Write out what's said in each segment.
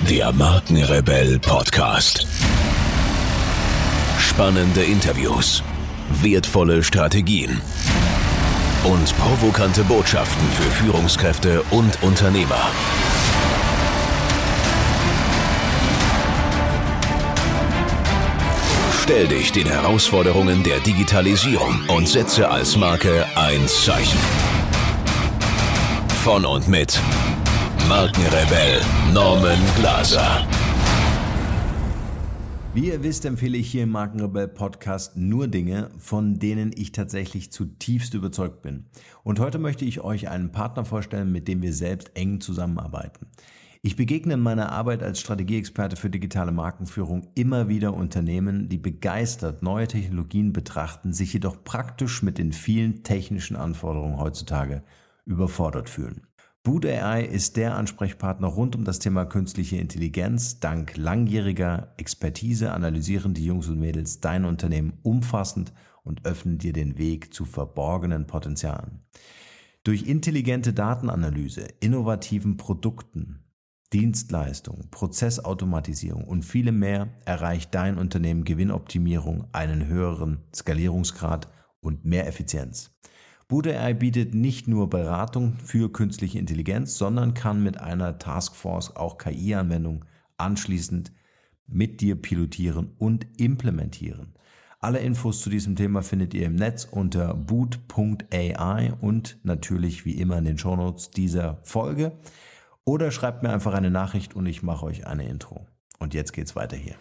Der Markenrebell Podcast. Spannende Interviews, wertvolle Strategien und provokante Botschaften für Führungskräfte und Unternehmer. Stell dich den Herausforderungen der Digitalisierung und setze als Marke ein Zeichen. Von und mit Markenrebell Norman Glaser. Wie ihr wisst, empfehle ich hier im Markenrebell Podcast nur Dinge, von denen ich tatsächlich zutiefst überzeugt bin. Und heute möchte ich euch einen Partner vorstellen, mit dem wir selbst eng zusammenarbeiten. Ich begegne in meiner Arbeit als Strategieexperte für digitale Markenführung immer wieder Unternehmen, die begeistert neue Technologien betrachten, sich jedoch praktisch mit den vielen technischen Anforderungen heutzutage überfordert fühlen. Boot AI ist der Ansprechpartner rund um das Thema künstliche Intelligenz. Dank langjähriger Expertise analysieren die Jungs und Mädels dein Unternehmen umfassend und öffnen dir den Weg zu verborgenen Potenzialen. Durch intelligente Datenanalyse, innovativen Produkten, Dienstleistungen, Prozessautomatisierung und vielem mehr erreicht dein Unternehmen Gewinnoptimierung, einen höheren Skalierungsgrad und mehr Effizienz. Boot AI bietet nicht nur Beratung für künstliche Intelligenz, sondern kann mit einer Taskforce auch KI-Anwendungen anschließend mit dir pilotieren und implementieren. Alle Infos zu diesem Thema findet ihr im Netz unter boot.ai und natürlich wie immer in den Shownotes dieser Folge. Oder schreibt mir einfach eine Nachricht und ich mache euch eine Intro. Und jetzt geht's weiter hier.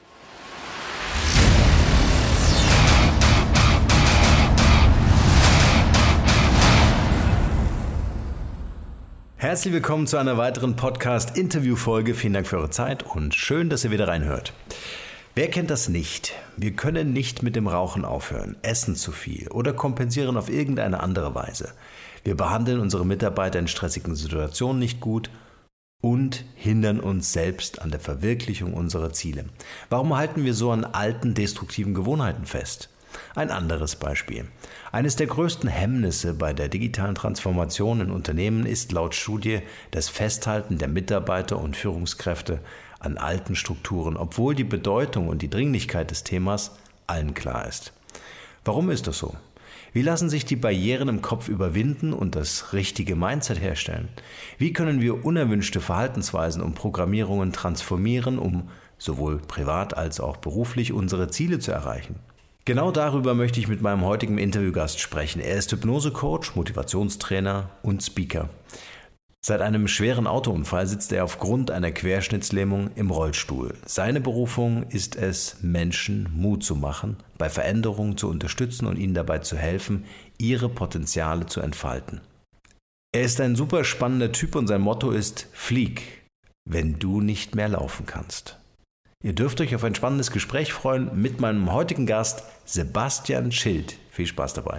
Herzlich willkommen zu einer weiteren Podcast-Interview-Folge. Vielen Dank für eure Zeit und schön, dass ihr wieder reinhört. Wer kennt das nicht? Wir können nicht mit dem Rauchen aufhören, essen zu viel oder kompensieren auf irgendeine andere Weise. Wir behandeln unsere Mitarbeiter in stressigen Situationen nicht gut und hindern uns selbst an der Verwirklichung unserer Ziele. Warum halten wir so an alten, destruktiven Gewohnheiten fest? Ein anderes Beispiel. Eines der größten Hemmnisse bei der digitalen Transformation in Unternehmen ist laut Studie das Festhalten der Mitarbeiter und Führungskräfte an alten Strukturen, obwohl die Bedeutung und die Dringlichkeit des Themas allen klar ist. Warum ist das so? Wie lassen sich die Barrieren im Kopf überwinden und das richtige Mindset herstellen? Wie können wir unerwünschte Verhaltensweisen und Programmierungen transformieren, um sowohl privat als auch beruflich unsere Ziele zu erreichen? Genau darüber möchte ich mit meinem heutigen Interviewgast sprechen. Er ist Hypnosecoach, Motivationstrainer und Speaker. Seit einem schweren Autounfall sitzt er aufgrund einer Querschnittslähmung im Rollstuhl. Seine Berufung ist es, Menschen Mut zu machen, bei Veränderungen zu unterstützen und ihnen dabei zu helfen, ihre Potenziale zu entfalten. Er ist ein super spannender Typ und sein Motto ist: Flieg, wenn du nicht mehr laufen kannst. Ihr dürft euch auf ein spannendes Gespräch freuen mit meinem heutigen Gast Sebastian Schild. Viel Spaß dabei.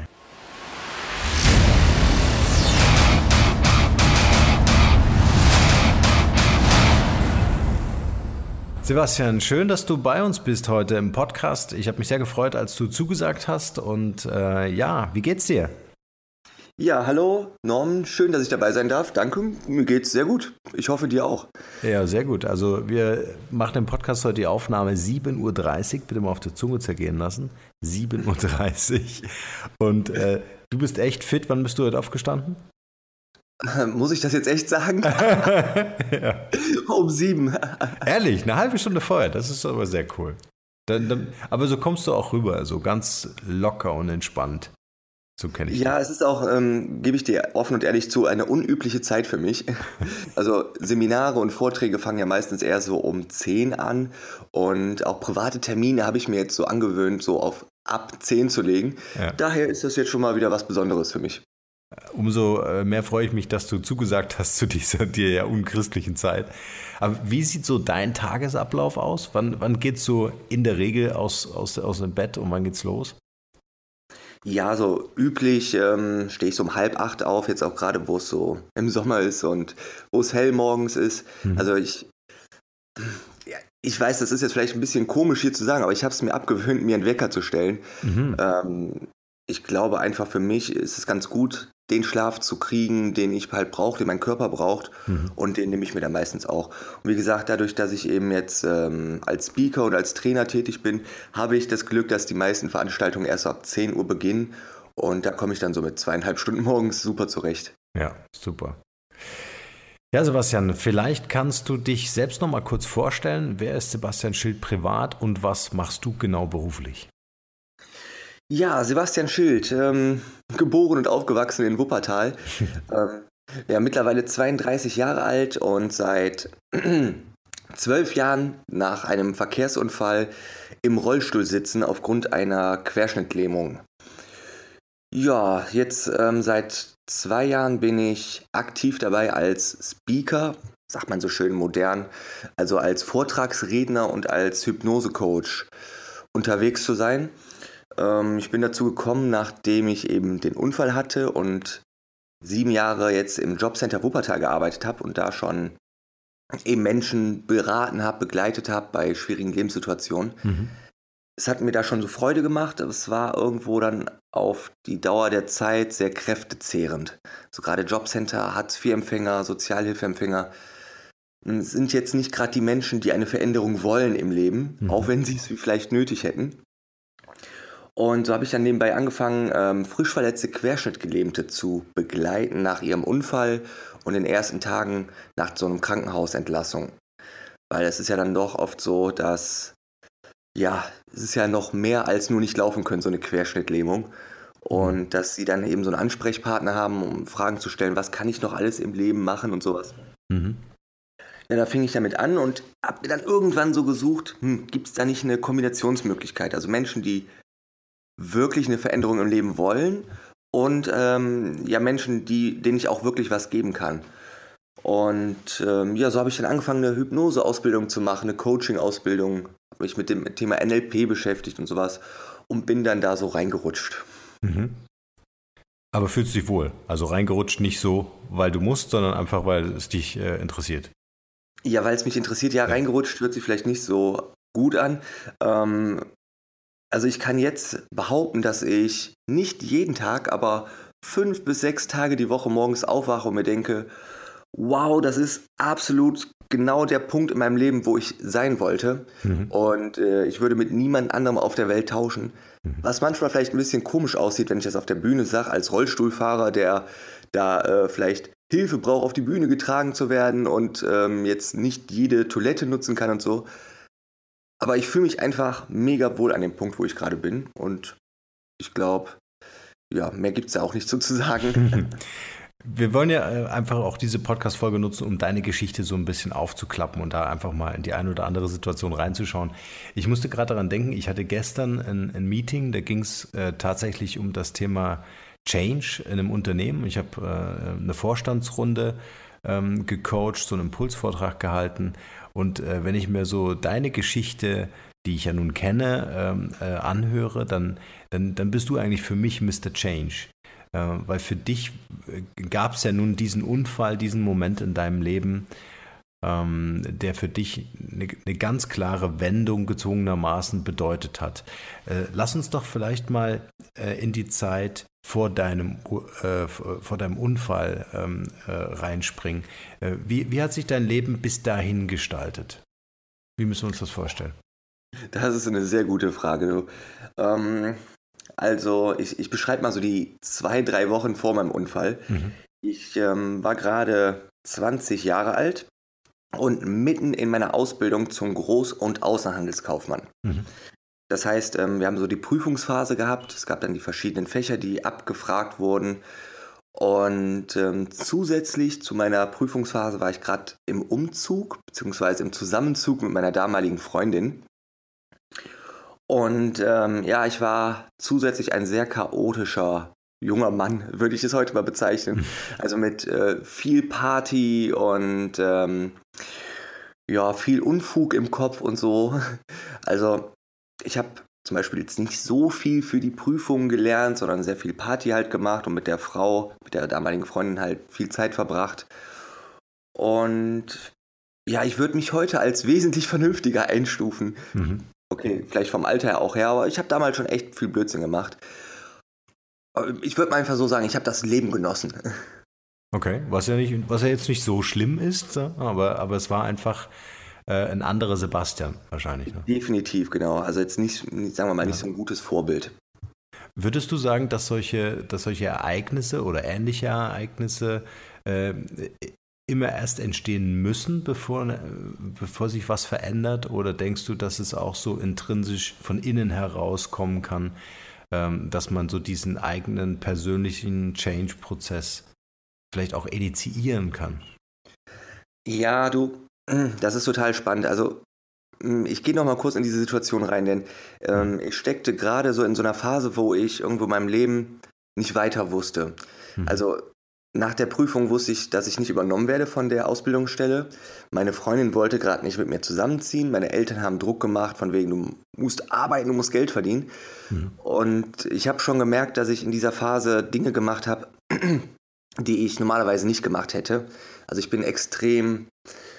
Sebastian, schön, dass du bei uns bist heute im Podcast. Ich habe mich sehr gefreut, als du zugesagt hast. Und wie geht's dir? Ja, hallo Norman, schön, dass ich dabei sein darf. Danke, mir geht's sehr gut. Ich hoffe, dir auch. Ja, sehr gut. Also wir machen im Podcast heute die Aufnahme 7:30 Uhr. Bitte mal auf der Zunge zergehen lassen. 7:30 Uhr. Und du bist echt fit. Wann bist du heute aufgestanden? Muss ich das jetzt echt sagen? Ja. Um 7. Ehrlich, eine halbe Stunde vorher. Das ist aber sehr cool. Aber so kommst du auch rüber, so ganz locker und entspannt. So kenne ich Ja, es ist auch, gebe ich dir offen und ehrlich zu, eine unübliche Zeit für mich. Also Seminare und Vorträge fangen ja meistens eher so um 10 an und auch private Termine habe ich mir jetzt so angewöhnt, so auf ab 10 zu legen. Ja. Daher ist das jetzt schon mal wieder was Besonderes für mich. Umso mehr freue ich mich, dass du zugesagt hast zu dieser dir ja unchristlichen Zeit. Aber wie sieht so dein Tagesablauf aus? Wann geht's so in der Regel aus dem Bett und wann geht's los? Ja, so üblich stehe ich so um 7:30 auf, jetzt auch gerade, wo es so im Sommer ist und wo es hell morgens ist. Also ich weiß, das ist jetzt vielleicht ein bisschen komisch hier zu sagen, aber ich habe es mir abgewöhnt, mir einen Wecker zu stellen. Ich glaube einfach, für mich ist es ganz gut, den Schlaf zu kriegen, den ich halt brauche, den mein Körper braucht und den nehme ich mir dann meistens auch. Und wie gesagt, dadurch, dass ich eben jetzt als Speaker und als Trainer tätig bin, habe ich das Glück, dass die meisten Veranstaltungen erst ab 10 Uhr beginnen und da komme ich dann so mit 2,5 Stunden morgens super zurecht. Ja, super. Ja, Sebastian, vielleicht kannst du dich selbst noch mal kurz vorstellen. Wer ist Sebastian Schild privat und was machst du genau beruflich? Ja, Sebastian Schild, geboren und aufgewachsen in Wuppertal. Ja, mittlerweile 32 Jahre alt und seit 12 Jahren nach einem Verkehrsunfall im Rollstuhl sitzen aufgrund einer Querschnittlähmung. Ja, jetzt seit 2 Jahren bin ich aktiv dabei als Speaker, sagt man so schön modern, also als Vortragsredner und als Hypnosecoach unterwegs zu sein. Ich bin dazu gekommen, nachdem ich eben den Unfall hatte und 7 Jahre jetzt im Jobcenter Wuppertal gearbeitet habe und da schon eben Menschen beraten habe, begleitet habe bei schwierigen Lebenssituationen. Es hat mir da schon so Freude gemacht, aber es war irgendwo dann auf die Dauer der Zeit sehr kräftezehrend. So gerade Jobcenter, Hartz-IV-Empfänger, Sozialhilfeempfänger sind jetzt nicht gerade die Menschen, die eine Veränderung wollen im Leben, auch wenn sie es vielleicht nötig hätten. Und so habe ich dann nebenbei angefangen, frisch verletzte Querschnittgelähmte zu begleiten nach ihrem Unfall und in den ersten Tagen nach so einem Krankenhausentlassung. Weil es ist ja dann doch oft so, dass, ja, es ist ja noch mehr als nur nicht laufen können, so eine Querschnittlähmung. Und dass sie dann eben so einen Ansprechpartner haben, um Fragen zu stellen, was kann ich noch alles im Leben machen und sowas. Ja, da fing ich damit an und habe mir dann irgendwann so gesucht, gibt es da nicht eine Kombinationsmöglichkeit? Also Menschen, die wirklich eine Veränderung im Leben wollen und ja, Menschen, denen ich auch wirklich was geben kann. Und ja, so habe ich dann angefangen, eine Hypnose-Ausbildung zu machen, eine Coaching-Ausbildung, habe mich mit dem Thema NLP beschäftigt und sowas und bin dann da so reingerutscht. Aber fühlst du dich wohl? Also reingerutscht nicht so, weil du musst, sondern einfach, weil es dich interessiert? Ja, weil es mich interessiert. Ja, reingerutscht hört sich vielleicht nicht so gut an. Also ich kann jetzt behaupten, dass ich nicht jeden Tag, aber 5 bis 6 Tage die Woche morgens aufwache und mir denke, wow, das ist absolut genau der Punkt in meinem Leben, wo ich sein wollte. Und ich würde mit niemand anderem auf der Welt tauschen. Was manchmal vielleicht ein bisschen komisch aussieht, wenn ich das auf der Bühne sage, als Rollstuhlfahrer, der da vielleicht Hilfe braucht, auf die Bühne getragen zu werden und jetzt nicht jede Toilette nutzen kann und so. Aber ich fühle mich einfach mega wohl an dem Punkt, wo ich gerade bin. Und ich glaube, ja, mehr gibt es ja auch nicht so zu sagen. Wir wollen ja einfach auch diese Podcast-Folge nutzen, um deine Geschichte so ein bisschen aufzuklappen und da einfach mal in die eine oder andere Situation reinzuschauen. Ich musste gerade daran denken, ich hatte gestern ein Meeting, da ging es tatsächlich um das Thema Change in einem Unternehmen. Ich habe eine Vorstandsrunde gecoacht, so einen Impulsvortrag gehalten. Und wenn ich mir so deine Geschichte, die ich ja nun kenne, anhöre, dann bist du eigentlich für mich Mr. Change. Weil für dich gab es ja nun diesen Unfall, diesen Moment in deinem Leben, der für dich eine ganz klare Wendung gezwungenermaßen bedeutet hat. Lass uns doch vielleicht mal in die Zeit vor deinem Unfall reinspringen. Wie hat sich dein Leben bis dahin gestaltet? Wie müssen wir uns das vorstellen? Das ist eine sehr gute Frage. Also ich beschreibe mal so die 2-3 Wochen vor meinem Unfall. Ich war gerade 20 Jahre alt und mitten in meiner Ausbildung zum Groß- und Außenhandelskaufmann. Das heißt, wir haben so die Prüfungsphase gehabt. Es gab dann die verschiedenen Fächer, die abgefragt wurden. Und zusätzlich zu meiner Prüfungsphase war ich gerade im Umzug, beziehungsweise im Zusammenzug mit meiner damaligen Freundin. Und ja, ich war zusätzlich ein sehr chaotischer junger Mann, würde ich es heute mal bezeichnen. Also mit viel Party und ja, viel Unfug im Kopf und so. Also ich habe zum Beispiel jetzt nicht so viel für die Prüfungen gelernt, sondern sehr viel Party halt gemacht und mit der Frau, mit der damaligen Freundin halt viel Zeit verbracht. Und ja, ich würde mich heute als wesentlich vernünftiger einstufen. Okay, vielleicht vom Alter her auch her, aber ich habe damals schon echt viel Blödsinn gemacht. Ich würde mal einfach so sagen, ich habe das Leben genossen. Okay, was ja jetzt nicht so schlimm ist, aber es war einfach ein anderer Sebastian wahrscheinlich. Ne? Definitiv, genau. Also jetzt nicht, sagen wir mal, nicht so ein gutes Vorbild. Würdest du sagen, dass solche Ereignisse oder ähnliche Ereignisse immer erst entstehen müssen, bevor sich was verändert? Oder denkst du, dass es auch so intrinsisch von innen herauskommen kann, dass man so diesen eigenen persönlichen Change-Prozess vielleicht auch initiieren kann? Ja, das ist total spannend. Also ich gehe noch mal kurz in diese Situation rein, denn ich steckte gerade so in so einer Phase, wo ich irgendwo in meinem Leben nicht weiter wusste. Also nach der Prüfung wusste ich, dass ich nicht übernommen werde von der Ausbildungsstelle. Meine Freundin wollte gerade nicht mit mir zusammenziehen. Meine Eltern haben Druck gemacht, von wegen, du musst arbeiten, du musst Geld verdienen. Und ich habe schon gemerkt, dass ich in dieser Phase Dinge gemacht habe, die ich normalerweise nicht gemacht hätte. Also ich bin extrem,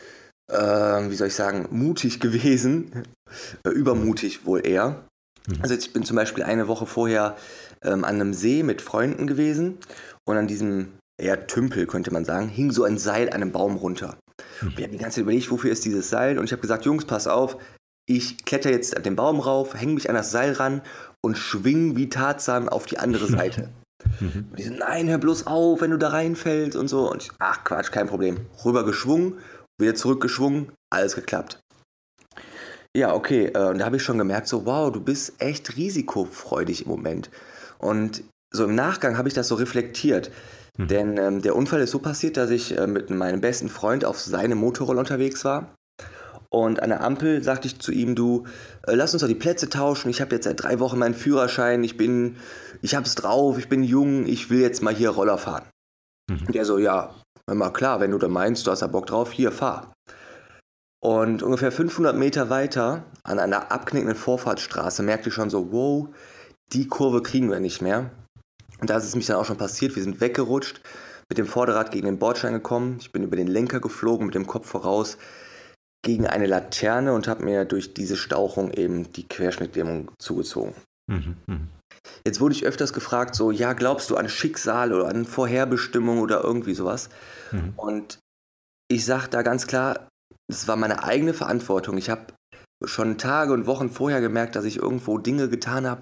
wie soll ich sagen, mutig gewesen. Übermutig wohl eher. Also ich bin zum Beispiel eine Woche vorher an einem See mit Freunden gewesen und an diesem eher Tümpel, könnte man sagen, hing so ein Seil an einem Baum runter. Wir haben die ganze Zeit überlegt, wofür ist dieses Seil? Und ich habe gesagt, Jungs, pass auf, ich kletter jetzt an den Baum rauf, hänge mich an das Seil ran und schwing wie Tarzan auf die andere Seite. Und die so, nein, hör bloß auf, wenn du da reinfällst und so. Und ich, ach Quatsch, kein Problem. Rüber geschwungen, wieder zurückgeschwungen, alles geklappt. Ja, okay, und da habe ich schon gemerkt, so wow, du bist echt risikofreudig im Moment. Und so im Nachgang habe ich das so reflektiert. Denn der Unfall ist so passiert, dass ich mit meinem besten Freund auf seinem Motorroller unterwegs war. Und an der Ampel sagte ich zu ihm, du, lass uns doch die Plätze tauschen. Ich habe jetzt seit 3 Wochen meinen Führerschein. Ich habe es drauf, ich bin jung, ich will jetzt mal hier Roller fahren. Und er so, ja, hör mal klar, wenn du da meinst, du hast da Bock drauf, hier, fahr. Und ungefähr 500 Meter weiter, an einer abknickenden Vorfahrtsstraße, merkte ich schon so, wow, die Kurve kriegen wir nicht mehr. Und da ist es mich dann auch schon passiert, wir sind weggerutscht, mit dem Vorderrad gegen den Bordstein gekommen, ich bin über den Lenker geflogen, mit dem Kopf voraus, gegen eine Laterne und habe mir durch diese Stauchung eben die Querschnittlähmung zugezogen. Jetzt wurde ich öfters gefragt, so, ja, glaubst du an Schicksal oder an Vorherbestimmung oder irgendwie sowas? Und ich sage da ganz klar, es war meine eigene Verantwortung. Ich habe schon Tage und Wochen vorher gemerkt, dass ich irgendwo Dinge getan habe,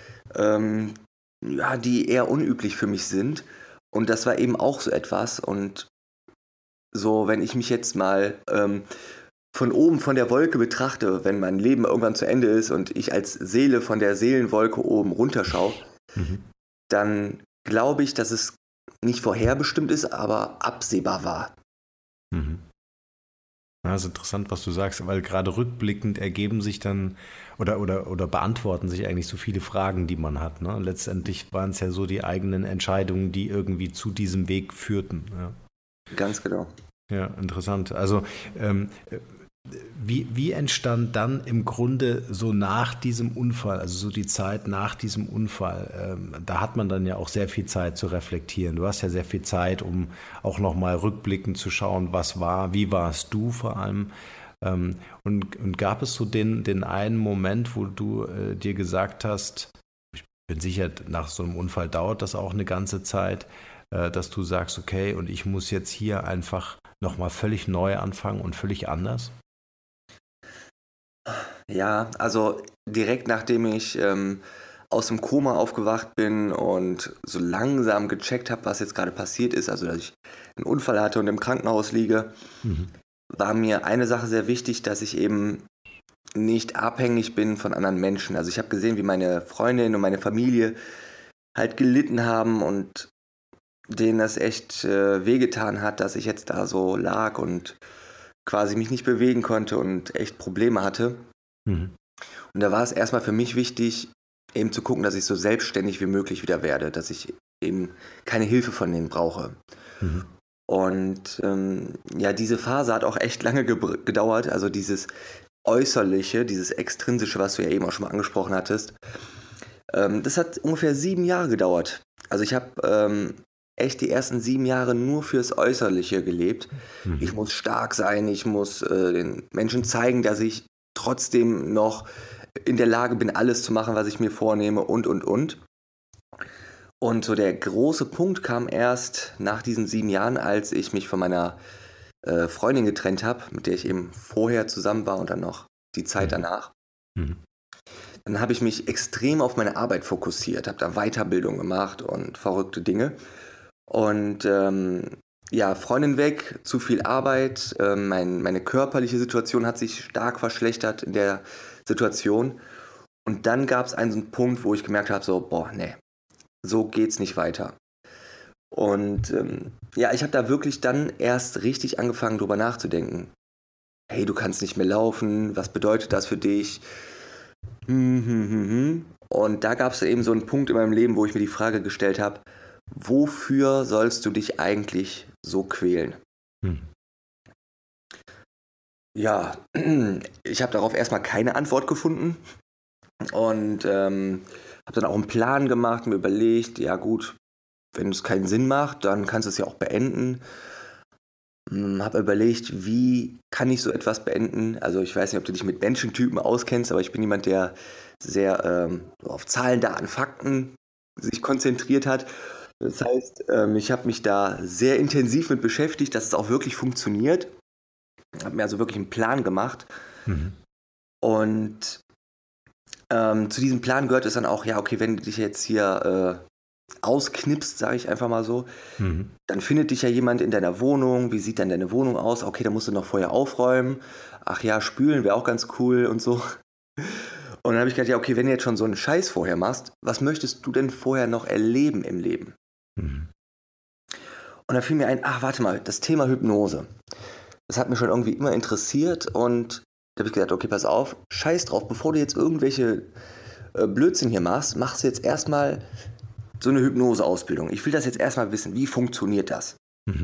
ja, die eher unüblich für mich sind. Und das war eben auch so etwas. Und so, wenn ich mich jetzt mal von oben von der Wolke betrachte, wenn mein Leben irgendwann zu Ende ist und ich als Seele von der Seelenwolke oben runterschaue, dann glaube ich, dass es nicht vorherbestimmt ist, aber absehbar war. Ja, ist interessant, was du sagst, weil gerade rückblickend ergeben sich dann oder beantworten sich eigentlich so viele Fragen, die man hat. Ne? Letztendlich waren es ja so die eigenen Entscheidungen, die irgendwie zu diesem Weg führten. Ja. Ganz genau. Ja, interessant. Also wie entstand dann im Grunde so nach diesem Unfall, also so die Zeit nach diesem Unfall, da hat man dann ja auch sehr viel Zeit zu reflektieren. Du hast ja sehr viel Zeit, um auch nochmal rückblickend zu schauen, was war, wie warst du vor allem. Und gab es so den einen Moment, wo du dir gesagt hast, ich bin sicher, nach so einem Unfall dauert das auch eine ganze Zeit, dass du sagst, okay, und ich muss jetzt hier einfach nochmal völlig neu anfangen und völlig anders? Ja, also direkt nachdem ich aus dem Koma aufgewacht bin und so langsam gecheckt habe, was jetzt gerade passiert ist, also dass ich einen Unfall hatte und im Krankenhaus liege, war mir eine Sache sehr wichtig, dass ich eben nicht abhängig bin von anderen Menschen. Also ich habe gesehen, wie meine Freundin und meine Familie halt gelitten haben und denen das echt wehgetan hat, dass ich jetzt da so lag und quasi mich nicht bewegen konnte und echt Probleme hatte. Und da war es erstmal für mich wichtig, eben zu gucken, dass ich so selbstständig wie möglich wieder werde, dass ich eben keine Hilfe von denen brauche. Und ja, diese Phase hat auch echt lange gedauert, also dieses Äußerliche, dieses Extrinsische, was du ja eben auch schon mal angesprochen hattest, das hat ungefähr 7 Jahre gedauert. Also ich habe echt die ersten 7 Jahre nur fürs Äußerliche gelebt. Ich muss stark sein, ich muss den Menschen zeigen, dass ich trotzdem noch in der Lage bin, alles zu machen, was ich mir vornehme und. Und so der große Punkt kam erst nach diesen 7 Jahren, als ich mich von meiner Freundin getrennt habe, mit der ich eben vorher zusammen war und dann noch die Zeit danach. Mhm. Dann habe ich mich extrem auf meine Arbeit fokussiert, habe da Weiterbildung gemacht und verrückte Dinge. Und Freundin weg, zu viel Arbeit, meine körperliche Situation hat sich stark verschlechtert in der Situation. Und dann gab es einen so einen Punkt, wo ich gemerkt habe, so, boah, nee, so geht's nicht weiter. Und ich habe da wirklich dann erst richtig angefangen, drüber nachzudenken. Hey, du kannst nicht mehr laufen, was bedeutet das für dich? Und da gab es eben so einen Punkt in meinem Leben, wo ich mir die Frage gestellt habe, wofür sollst du dich eigentlich so quälen? Ja, ich habe darauf erstmal keine Antwort gefunden und habe dann auch einen Plan gemacht, mir überlegt, ja gut, wenn es keinen Sinn macht, dann kannst du es ja auch beenden. Habe überlegt, wie kann ich so etwas beenden? Also ich weiß nicht, ob du dich mit Menschentypen auskennst, aber ich bin jemand, der sehr auf Zahlen, Daten, Fakten sich konzentriert hat. Das heißt, ich habe mich da sehr intensiv mit beschäftigt, dass es auch wirklich funktioniert. Habe mir also wirklich einen Plan gemacht. Und zu diesem Plan gehört es dann auch, ja, okay, wenn du dich jetzt hier ausknipst, sage ich einfach mal so, dann findet dich ja jemand in deiner Wohnung. Wie sieht dann deine Wohnung aus? Okay, da musst du noch vorher aufräumen. Ach ja, spülen wäre auch ganz cool und so. Und dann habe ich gedacht, ja, okay, wenn du jetzt schon so einen Scheiß vorher machst, was möchtest du denn vorher noch erleben im Leben? Und da fiel mir ein, ach, warte mal, das Thema Hypnose. Das hat mich schon irgendwie immer interessiert und da habe ich gesagt, okay, pass auf, scheiß drauf, bevor du jetzt irgendwelche Blödsinn hier machst du jetzt erstmal so eine Hypnose-Ausbildung. Ich will das jetzt erstmal wissen, wie funktioniert das?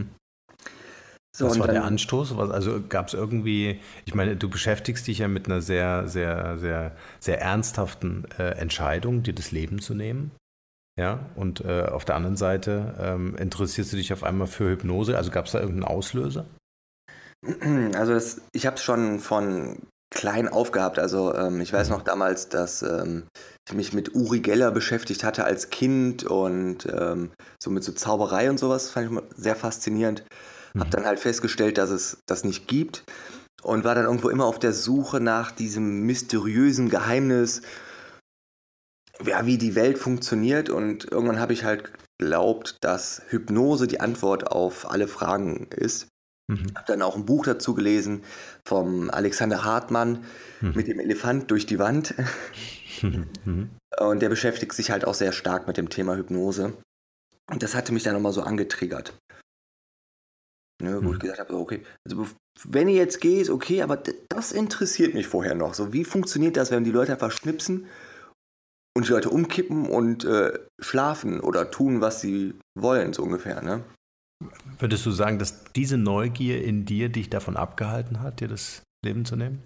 So, was war der Anstoß? Also gab es irgendwie, ich meine, du beschäftigst dich ja mit einer sehr, sehr, sehr, sehr ernsthaften Entscheidung, dir das Leben zu nehmen. Ja, und auf der anderen Seite interessierst du dich auf einmal für Hypnose. Also gab es da irgendeinen Auslöser? Also ich habe es schon von klein auf gehabt. Also ich weiß noch damals, dass ich mich mit Uri Geller beschäftigt hatte als Kind und so mit so Zauberei und sowas. Fand ich immer sehr faszinierend. Habe dann halt festgestellt, dass es das nicht gibt und war dann irgendwo immer auf der Suche nach diesem mysteriösen Geheimnis, ja, wie die Welt funktioniert. Und irgendwann habe ich halt geglaubt, dass Hypnose die Antwort auf alle Fragen ist. Habe dann auch ein Buch dazu gelesen vom Alexander Hartmann mit dem Elefant durch die Wand. Und der beschäftigt sich halt auch sehr stark mit dem Thema Hypnose. Und das hatte mich dann nochmal so angetriggert. Ne, wo ich gesagt habe, okay, also wenn ihr jetzt geht, okay, aber das interessiert mich vorher noch. So, wie funktioniert das, wenn die Leute einfach schnipsen und die Leute umkippen und schlafen oder tun, was sie wollen, so ungefähr, ne? Würdest du sagen, dass diese Neugier in dir dich davon abgehalten hat, dir das Leben zu nehmen?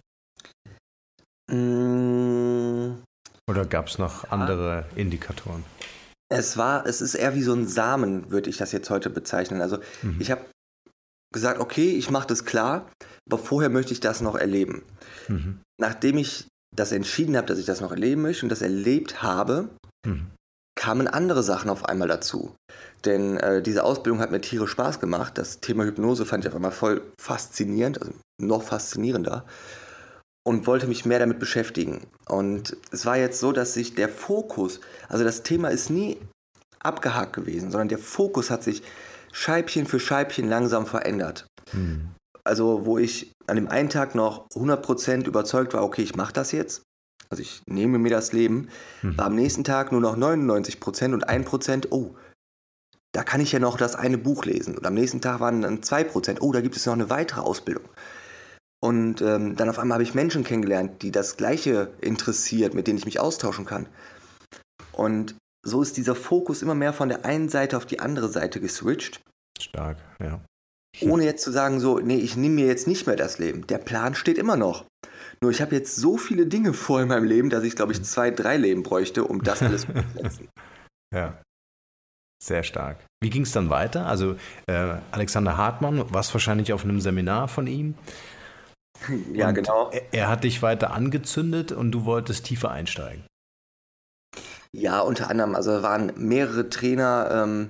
Oder gab es noch andere Indikatoren? Es ist eher wie so ein Samen, würde ich das jetzt heute bezeichnen. Also ich habe gesagt, okay, ich mache das klar, aber vorher möchte ich das noch erleben. Nachdem ich das entschieden habe, dass ich das noch erleben möchte und das erlebt habe, kamen andere Sachen auf einmal dazu. Denn diese Ausbildung hat mir tierisch Spaß gemacht. Das Thema Hypnose fand ich auf einmal voll faszinierend, also noch faszinierender. Und wollte mich mehr damit beschäftigen. Und es war jetzt so, dass sich der Fokus, also das Thema ist nie abgehakt gewesen, sondern der Fokus hat sich Scheibchen für Scheibchen langsam verändert. Also wo ich an dem einen Tag noch 100% überzeugt war, okay, ich mache das jetzt, also ich nehme mir das Leben, war am nächsten Tag nur noch 99% und 1%, oh, da kann ich ja noch das eine Buch lesen. Und am nächsten Tag waren dann 2%, oh, da gibt es noch eine weitere Ausbildung. Und dann auf einmal habe ich Menschen kennengelernt, die das Gleiche interessiert, mit denen ich mich austauschen kann. Und so ist dieser Fokus immer mehr von der einen Seite auf die andere Seite geswitcht. Stark, ja. Ohne jetzt zu sagen, so, nee, ich nehme mir jetzt nicht mehr das Leben. Der Plan steht immer noch. Nur ich habe jetzt so viele Dinge vor in meinem Leben, dass ich, glaube ich, 2, 3 Leben bräuchte, um das alles umzusetzen. Ja. Sehr stark. Wie ging es dann weiter? Also Alexander Hartmann, warst wahrscheinlich auf einem Seminar von ihm. Ja, und genau. Er hat dich weiter angezündet und du wolltest tiefer einsteigen. Ja, unter anderem, also da waren mehrere Trainer,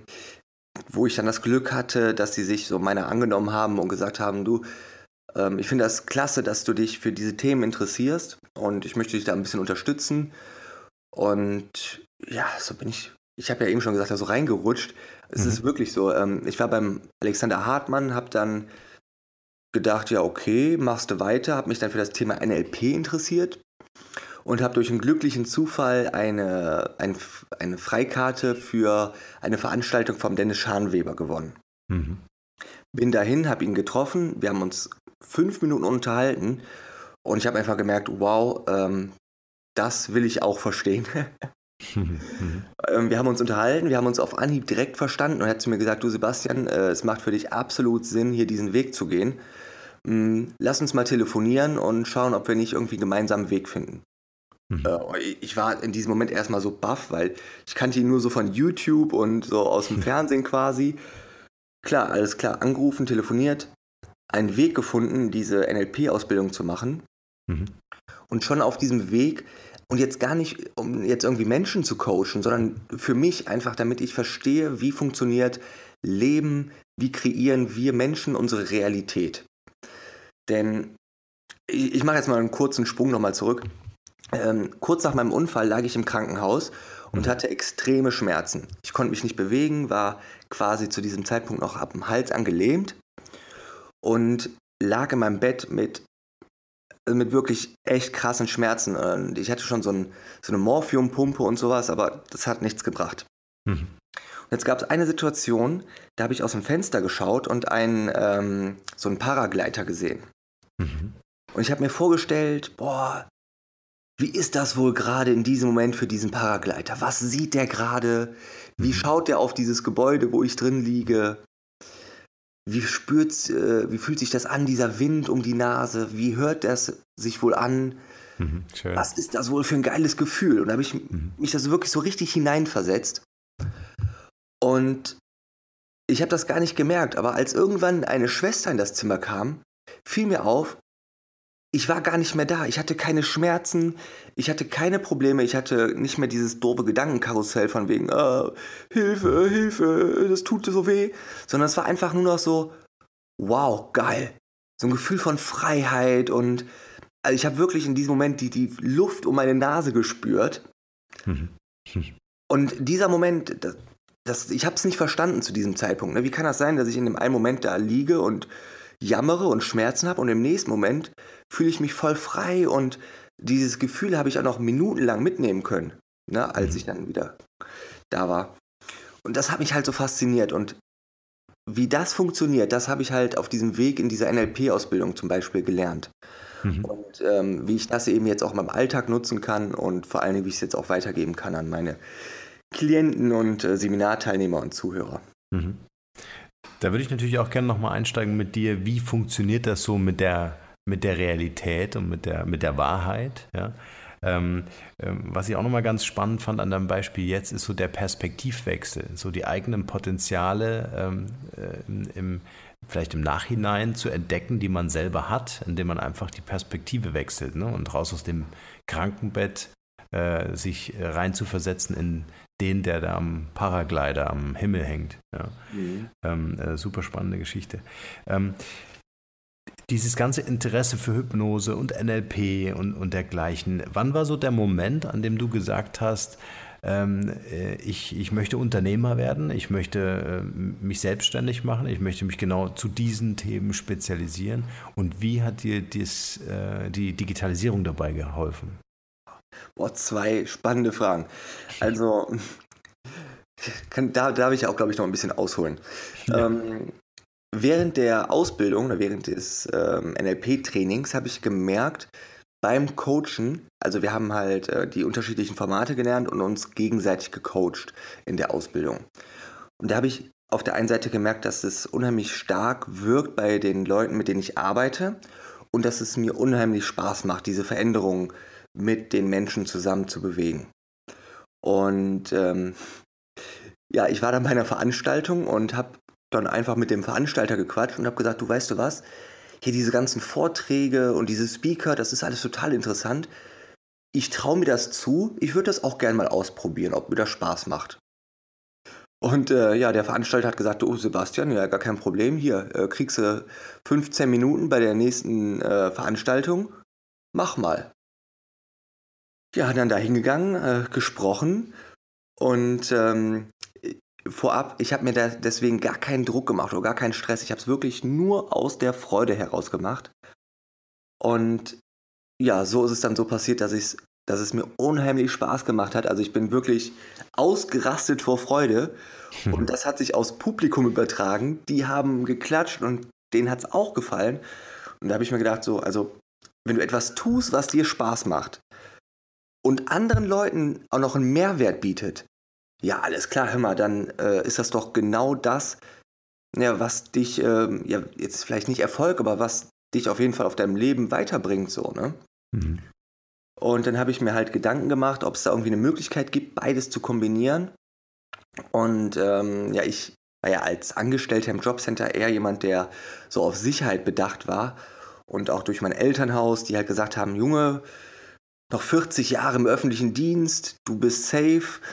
wo ich dann das Glück hatte, dass sie sich so meiner angenommen haben und gesagt haben, du, ich finde das klasse, dass du dich für diese Themen interessierst und ich möchte dich da ein bisschen unterstützen. Und ja, so bin ich habe ja eben schon gesagt, da so reingerutscht. Es ist wirklich so, ich war beim Alexander Hartmann, habe dann gedacht, ja okay, machst du weiter, habe mich dann für das Thema NLP interessiert und habe durch einen glücklichen Zufall eine Freikarte für eine Veranstaltung vom Dennis Scharnweber gewonnen. Mhm. Bin dahin, habe ihn getroffen, wir haben uns 5 Minuten unterhalten und ich habe einfach gemerkt, wow, das will ich auch verstehen. Wir haben uns unterhalten, wir haben uns auf Anhieb direkt verstanden und er hat zu mir gesagt, du Sebastian, es macht für dich absolut Sinn, hier diesen Weg zu gehen. Lass uns mal telefonieren und schauen, ob wir nicht irgendwie gemeinsam einen Weg finden. Ich war in diesem Moment erstmal so baff, weil ich kannte ihn nur so von YouTube und so aus dem Fernsehen quasi. Klar, alles klar, angerufen, telefoniert, einen Weg gefunden, diese NLP-Ausbildung zu machen. Und schon auf diesem Weg, und jetzt gar nicht, um jetzt irgendwie Menschen zu coachen, sondern für mich einfach, damit ich verstehe, wie funktioniert Leben, wie kreieren wir Menschen unsere Realität. Denn ich mache jetzt mal einen kurzen Sprung nochmal zurück. Kurz nach meinem Unfall lag ich im Krankenhaus und hatte extreme Schmerzen. Ich konnte mich nicht bewegen, war quasi zu diesem Zeitpunkt noch ab dem Hals an gelähmt und lag in meinem Bett mit wirklich echt krassen Schmerzen. Und ich hatte schon so eine Morphiumpumpe und sowas, aber das hat nichts gebracht. Und jetzt gab es eine Situation, da habe ich aus dem Fenster geschaut und so einen Paragleiter gesehen. Und ich habe mir vorgestellt, boah, wie ist das wohl gerade in diesem Moment für diesen Paragleiter? Was sieht der gerade? Wie schaut der auf dieses Gebäude, wo ich drin liege? Wie fühlt sich das an, dieser Wind um die Nase? Wie hört das sich wohl an? Schön. Was ist das wohl für ein geiles Gefühl? Und da habe ich mich das wirklich so richtig hineinversetzt. Und ich habe das gar nicht gemerkt, aber als irgendwann eine Schwester in das Zimmer kam, fiel mir auf, ich war gar nicht mehr da. Ich hatte keine Schmerzen, ich hatte keine Probleme, ich hatte nicht mehr dieses doofe Gedankenkarussell von wegen Hilfe, Hilfe, das tut so weh. Sondern es war einfach nur noch so, wow, geil. So ein Gefühl von Freiheit und also ich habe wirklich in diesem Moment die Luft um meine Nase gespürt. Und dieser Moment, ich habe es nicht verstanden zu diesem Zeitpunkt. Ne? Wie kann das sein, dass ich in dem einen Moment da liege und jammere und Schmerzen habe und im nächsten Moment fühle ich mich voll frei und dieses Gefühl habe ich auch noch minutenlang mitnehmen können, ne, als ich dann wieder da war. Und das hat mich halt so fasziniert und wie das funktioniert, das habe ich halt auf diesem Weg in dieser NLP-Ausbildung zum Beispiel gelernt. Und wie ich das eben jetzt auch in meinem Alltag nutzen kann und vor allen Dingen, wie ich es jetzt auch weitergeben kann an meine Klienten und Seminarteilnehmer und Zuhörer. Da würde ich natürlich auch gerne nochmal einsteigen mit dir. Wie funktioniert das so mit der Realität und mit der Wahrheit? Ja? Was ich auch nochmal ganz spannend fand an deinem Beispiel jetzt, ist so der Perspektivwechsel, so die eigenen Potenziale vielleicht im Nachhinein zu entdecken, die man selber hat, indem man einfach die Perspektive wechselt, ne? Und raus aus dem Krankenbett sich rein zu versetzen in den, der da am Paraglider am Himmel hängt. Ja. Super spannende Geschichte. Dieses ganze Interesse für Hypnose und NLP und dergleichen, wann war so der Moment, an dem du gesagt hast, ich möchte Unternehmer werden, ich möchte mich selbstständig machen, ich möchte mich genau zu diesen Themen spezialisieren, und wie hat dir die Digitalisierung dabei geholfen? Boah, 2 spannende Fragen. Also, da darf ich auch, glaube ich, noch ein bisschen ausholen. Ja. Während der Ausbildung oder während des NLP-Trainings habe ich gemerkt, beim Coachen, also wir haben halt die unterschiedlichen Formate gelernt und uns gegenseitig gecoacht in der Ausbildung. Und da habe ich auf der einen Seite gemerkt, dass es unheimlich stark wirkt bei den Leuten, mit denen ich arbeite, und dass es mir unheimlich Spaß macht, diese Veränderungen mit den Menschen zusammen zu bewegen. Und ja, ich war dann bei einer Veranstaltung und habe dann einfach mit dem Veranstalter gequatscht und habe gesagt, du weißt du was, hier diese ganzen Vorträge und diese Speaker, das ist alles total interessant. ich traue mir das zu, ich würde das auch gerne mal ausprobieren, ob mir das Spaß macht. Und der Veranstalter hat gesagt, oh Sebastian, ja, gar kein Problem, hier kriegst du 15 Minuten bei der nächsten Veranstaltung, mach mal. Ja, dann da hingegangen, gesprochen und vorab, ich habe mir da deswegen gar keinen Druck gemacht oder gar keinen Stress. Ich habe es wirklich nur aus der Freude heraus gemacht. Und ja, so ist es dann so passiert, dass es mir unheimlich Spaß gemacht hat. Also ich bin wirklich ausgerastet vor Freude. Und das hat sich aufs Publikum übertragen. Die haben geklatscht und denen hat es auch gefallen. Und da habe ich mir gedacht, so, also wenn du etwas tust, was dir Spaß macht und anderen Leuten auch noch einen Mehrwert bietet, ja, alles klar, hör mal, dann ist das doch genau das, ja, was dich, jetzt vielleicht nicht Erfolg, aber was dich auf jeden Fall auf deinem Leben weiterbringt, so, ne? Mhm. Und dann habe ich mir halt Gedanken gemacht, ob es da irgendwie eine Möglichkeit gibt, beides zu kombinieren. Und ich war ja als Angestellter im Jobcenter eher jemand, der so auf Sicherheit bedacht war. Und auch durch mein Elternhaus, die halt gesagt haben, Junge, noch 40 Jahre im öffentlichen Dienst, du bist safe.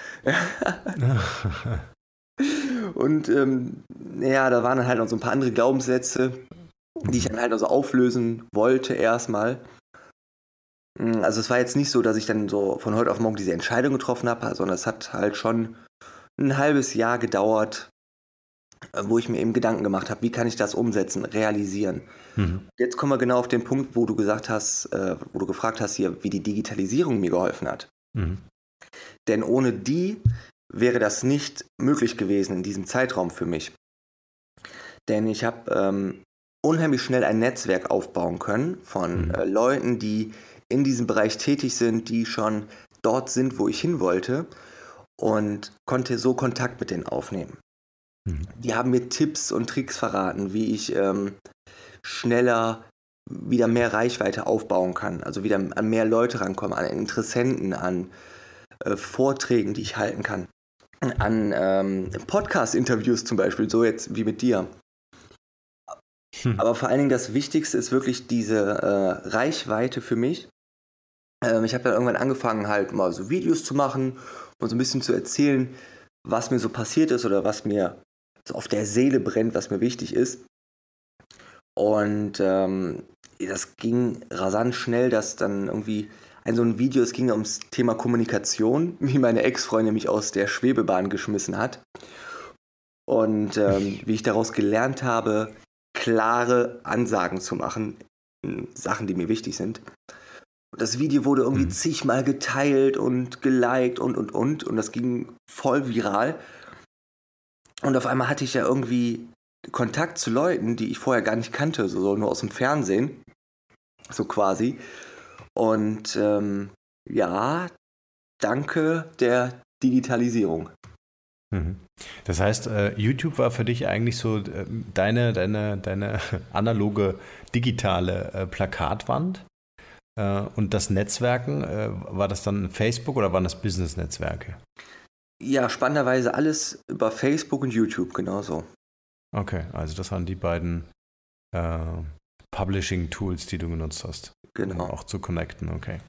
Und da waren dann halt noch so ein paar andere Glaubenssätze, die ich dann halt also auflösen wollte erstmal. Also es war jetzt nicht so, dass ich dann so von heute auf morgen diese Entscheidung getroffen habe, sondern es hat halt schon ein halbes Jahr gedauert, wo ich mir eben Gedanken gemacht habe, wie kann ich das umsetzen, realisieren. Jetzt kommen wir genau auf den Punkt, wo du gefragt hast hier, wie die Digitalisierung mir geholfen hat. Denn ohne die wäre das nicht möglich gewesen in diesem Zeitraum für mich. Denn ich habe unheimlich schnell ein Netzwerk aufbauen können von Leuten, die in diesem Bereich tätig sind, die schon dort sind, wo ich hin wollte, und konnte so Kontakt mit denen aufnehmen. Die haben mir Tipps und Tricks verraten, wie ich schneller wieder mehr Reichweite aufbauen kann, also wieder an mehr Leute rankommen, an Interessenten, an Vorträgen, die ich halten kann, an Podcast-Interviews zum Beispiel, so jetzt wie mit dir. Aber vor allen Dingen das Wichtigste ist wirklich diese Reichweite für mich. Ich habe dann irgendwann angefangen, halt mal so Videos zu machen und so ein bisschen zu erzählen, was mir so passiert ist oder was mir so auf der Seele brennt, was mir wichtig ist. Und das ging rasant schnell, dass dann irgendwie so ein Video, es ging ums Thema Kommunikation, wie meine Ex-Freundin mich aus der Schwebebahn geschmissen hat. Und wie ich daraus gelernt habe, klare Ansagen zu machen, Sachen, die mir wichtig sind. Das Video wurde irgendwie zigmal geteilt und geliked und das ging voll viral. Und auf einmal hatte ich ja irgendwie Kontakt zu Leuten, die ich vorher gar nicht kannte, so nur aus dem Fernsehen, so quasi. Und danke der Digitalisierung. Das heißt, YouTube war für dich eigentlich so deine analoge digitale Plakatwand, und das Netzwerken, war das dann Facebook oder waren das Business-Netzwerke? Ja, spannenderweise alles über Facebook und YouTube, genauso. Okay, also das waren die beiden Publishing-Tools, die du genutzt hast. Genau. Um auch zu connecten, okay.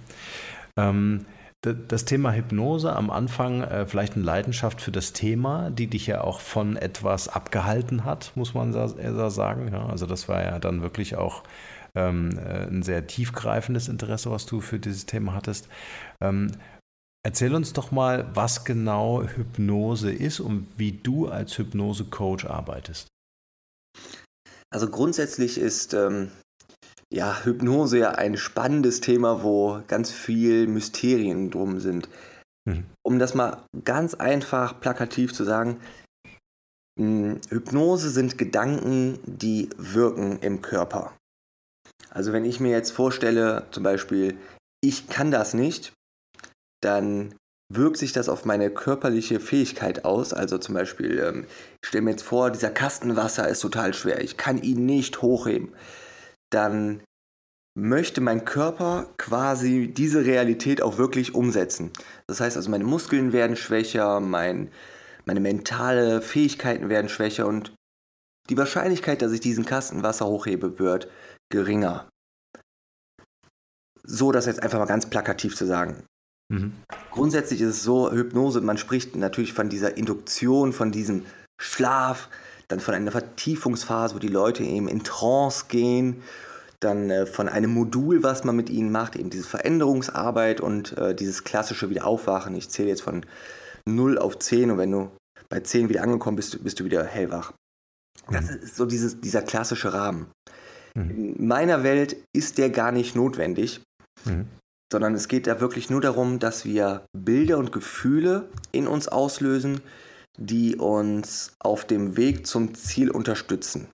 Das Thema Hypnose am Anfang, vielleicht eine Leidenschaft für das Thema, die dich ja auch von etwas abgehalten hat, muss man sagen. Ja, also das war ja dann wirklich auch ein sehr tiefgreifendes Interesse, was du für dieses Thema hattest. Erzähl uns doch mal, was genau Hypnose ist und wie du als Hypnose-Coach arbeitest. Also grundsätzlich ist Hypnose ja ein spannendes Thema, wo ganz viel Mysterien drum sind. Um das mal ganz einfach plakativ zu sagen, Hypnose sind Gedanken, die wirken im Körper. Also wenn ich mir jetzt vorstelle, zum Beispiel, ich kann das nicht, dann wirkt sich das auf meine körperliche Fähigkeit aus. Also zum Beispiel, ich stelle mir jetzt vor, dieser Kasten Wasser ist total schwer, ich kann ihn nicht hochheben. Dann möchte mein Körper quasi diese Realität auch wirklich umsetzen. Das heißt also, meine Muskeln werden schwächer, meine mentale Fähigkeiten werden schwächer und die Wahrscheinlichkeit, dass ich diesen Kasten Wasser hochhebe, wird geringer. so, das jetzt einfach mal ganz plakativ zu sagen. Grundsätzlich ist es so, Hypnose, man spricht natürlich von dieser Induktion, von diesem Schlaf, dann von einer Vertiefungsphase, wo die Leute eben in Trance gehen, dann von einem Modul, was man mit ihnen macht, eben diese Veränderungsarbeit und dieses klassische Wiederaufwachen. Ich zähle jetzt von 0 auf 10 und wenn du bei 10 wieder angekommen bist, bist du wieder hellwach. Das ist so dieser klassische Rahmen. In meiner Welt ist der gar nicht notwendig, sondern es geht da wirklich nur darum, dass wir Bilder und Gefühle in uns auslösen, die uns auf dem Weg zum Ziel unterstützen.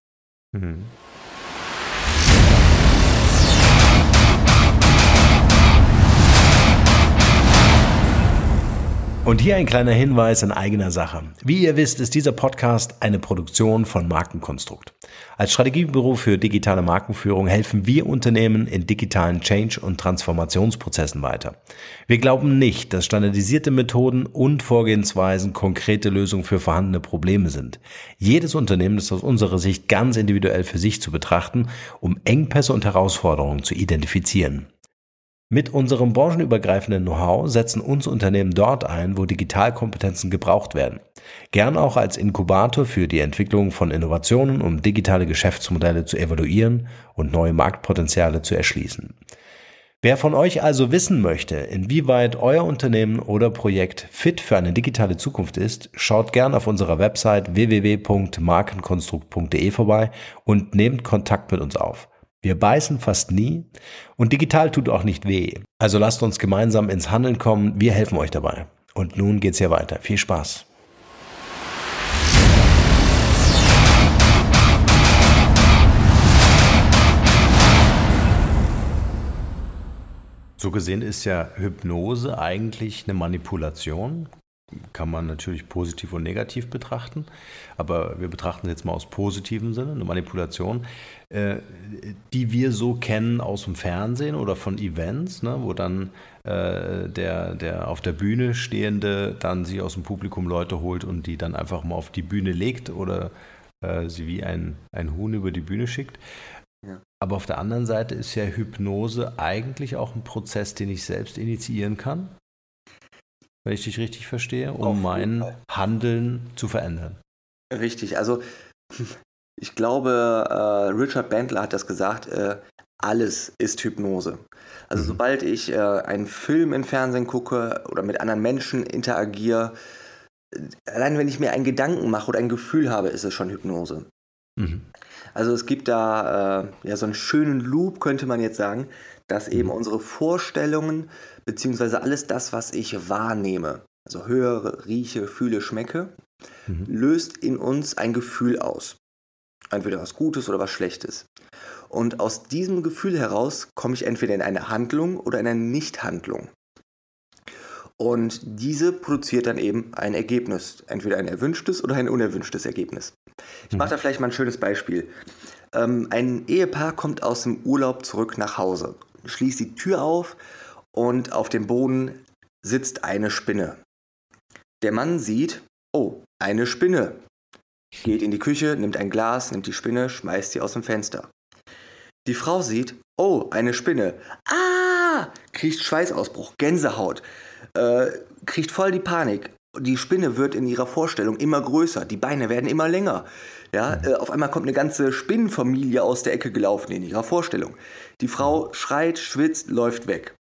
Und hier ein kleiner Hinweis in eigener Sache. Wie ihr wisst, ist dieser Podcast eine Produktion von Markenkonstrukt. Als Strategiebüro für digitale Markenführung helfen wir Unternehmen in digitalen Change- und Transformationsprozessen weiter. Wir glauben nicht, dass standardisierte Methoden und Vorgehensweisen konkrete Lösungen für vorhandene Probleme sind. Jedes Unternehmen ist aus unserer Sicht ganz individuell für sich zu betrachten, um Engpässe und Herausforderungen zu identifizieren. Mit unserem branchenübergreifenden Know-how setzen unsere Unternehmen dort ein, wo Digitalkompetenzen gebraucht werden. Gern auch als Inkubator für die Entwicklung von Innovationen, um digitale Geschäftsmodelle zu evaluieren und neue Marktpotenziale zu erschließen. Wer von euch also wissen möchte, inwieweit euer Unternehmen oder Projekt fit für eine digitale Zukunft ist, schaut gern auf unserer Website www.markenkonstrukt.de vorbei und nehmt Kontakt mit uns auf. Wir beißen fast nie und digital tut auch nicht weh. Also lasst uns gemeinsam ins Handeln kommen, wir helfen euch dabei. Und nun geht's hier weiter. Viel Spaß! So gesehen ist ja Hypnose eigentlich eine Manipulation. Kann man natürlich positiv und negativ betrachten, aber wir betrachten es jetzt mal aus positivem Sinne, eine Manipulation, die wir so kennen aus dem Fernsehen oder von Events, ne, wo dann der auf der Bühne Stehende dann sich aus dem Publikum Leute holt und die dann einfach mal auf die Bühne legt oder sie wie ein Huhn über die Bühne schickt. Ja. Aber auf der anderen Seite ist ja Hypnose eigentlich auch ein Prozess, den ich selbst initiieren kann, wenn ich dich richtig verstehe, um mein Handeln zu verändern. Richtig, also ich glaube, Richard Bandler hat das gesagt, alles ist Hypnose. Also sobald ich einen Film im Fernsehen gucke oder mit anderen Menschen interagiere, allein wenn ich mir einen Gedanken mache oder ein Gefühl habe, ist es schon Hypnose. Also es gibt da so einen schönen Loop, könnte man jetzt sagen, dass eben unsere Vorstellungen beziehungsweise alles das, was ich wahrnehme, also höre, rieche, fühle, schmecke, löst in uns ein Gefühl aus. Entweder was Gutes oder was Schlechtes. Und aus diesem Gefühl heraus komme ich entweder in eine Handlung oder in eine Nichthandlung. Und diese produziert dann eben ein Ergebnis, entweder ein erwünschtes oder ein unerwünschtes Ergebnis. Ich mache da vielleicht mal ein schönes Beispiel. Ein Ehepaar kommt aus dem Urlaub zurück nach Hause, schließt die Tür auf und auf dem Boden sitzt eine Spinne. Der Mann sieht, oh, eine Spinne. Geht in die Küche, nimmt ein Glas, nimmt die Spinne, schmeißt sie aus dem Fenster. Die Frau sieht, oh, eine Spinne. Ah! Kriegt Schweißausbruch, Gänsehaut, kriegt voll die Panik. Die Spinne wird in ihrer Vorstellung immer größer, die Beine werden immer länger. Ja, auf einmal kommt eine ganze Spinnenfamilie aus der Ecke gelaufen in ihrer Vorstellung. Die Frau schreit, schwitzt, läuft weg.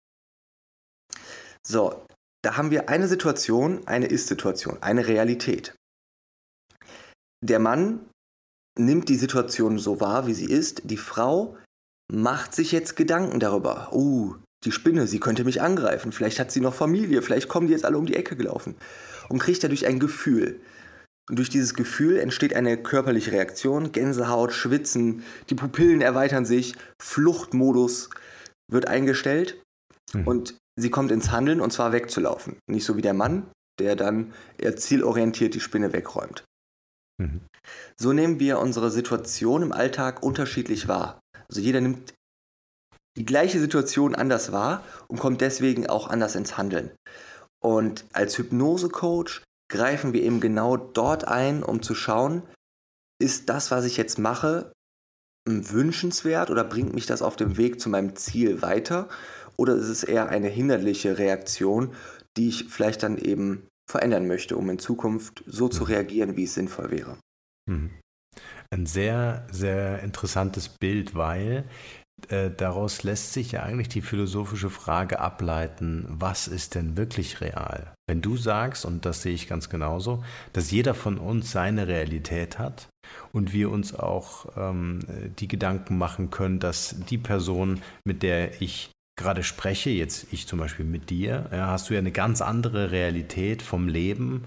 So, da haben wir eine Situation, eine Ist-Situation, eine Realität. Der Mann nimmt die Situation so wahr, wie sie ist. Die Frau macht sich jetzt Gedanken darüber. Die Spinne, sie könnte mich angreifen. Vielleicht hat sie noch Familie, vielleicht kommen die jetzt alle um die Ecke gelaufen. Und kriegt dadurch ein Gefühl. Und durch dieses Gefühl entsteht eine körperliche Reaktion, Gänsehaut, Schwitzen, die Pupillen erweitern sich, Fluchtmodus wird eingestellt und sie kommt ins Handeln und zwar wegzulaufen. Nicht so wie der Mann, der dann eher zielorientiert die Spinne wegräumt. So nehmen wir unsere Situation im Alltag unterschiedlich wahr. Also jeder nimmt die gleiche Situation anders wahr und kommt deswegen auch anders ins Handeln. Und als Hypnose-Coach greifen wir eben genau dort ein, um zu schauen, ist das, was ich jetzt mache, wünschenswert oder bringt mich das auf dem Weg zu meinem Ziel weiter? oder ist es eher eine hinderliche Reaktion, die ich vielleicht dann eben verändern möchte, um in Zukunft so zu reagieren, wie es sinnvoll wäre. Mhm. Ein sehr, sehr interessantes Bild, weil daraus lässt sich ja eigentlich die philosophische Frage ableiten, was ist denn wirklich real? Wenn du sagst, und das sehe ich ganz genauso, dass jeder von uns seine Realität hat und wir uns auch die Gedanken machen können, dass die Person, mit der ich gerade spreche, jetzt ich zum Beispiel mit dir, hast du ja eine ganz andere Realität vom Leben,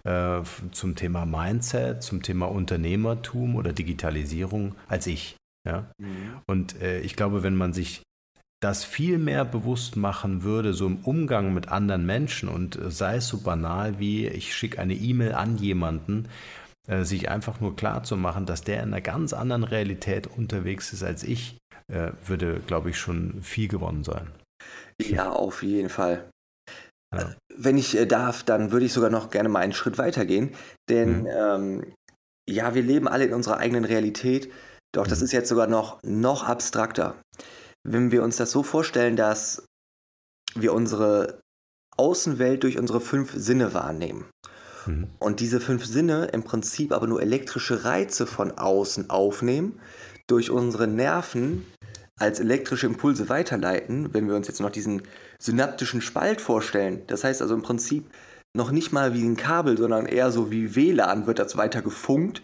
zum Thema Mindset, zum Thema Unternehmertum oder Digitalisierung als ich. Ja? Und ich glaube, wenn man sich das viel mehr bewusst machen würde, so im Umgang mit anderen Menschen und sei es so banal wie, ich schicke eine E-Mail an jemanden, sich einfach nur klar zu machen, dass der in einer ganz anderen Realität unterwegs ist als ich, würde, glaube ich, schon viel gewonnen sein. Ja, auf jeden Fall. Ja. Wenn ich darf, dann würde ich sogar noch gerne mal einen Schritt weiter gehen, denn ja, wir leben alle in unserer eigenen Realität, doch das ist jetzt sogar noch abstrakter. Wenn wir uns das so vorstellen, dass wir unsere Außenwelt durch unsere 5 Sinne wahrnehmen und diese 5 Sinne im Prinzip aber nur elektrische Reize von außen aufnehmen, durch unsere Nerven als elektrische Impulse weiterleiten, wenn wir uns jetzt noch diesen synaptischen Spalt vorstellen. Das heißt also im Prinzip noch nicht mal wie ein Kabel, sondern eher so wie WLAN wird das weiter gefunkt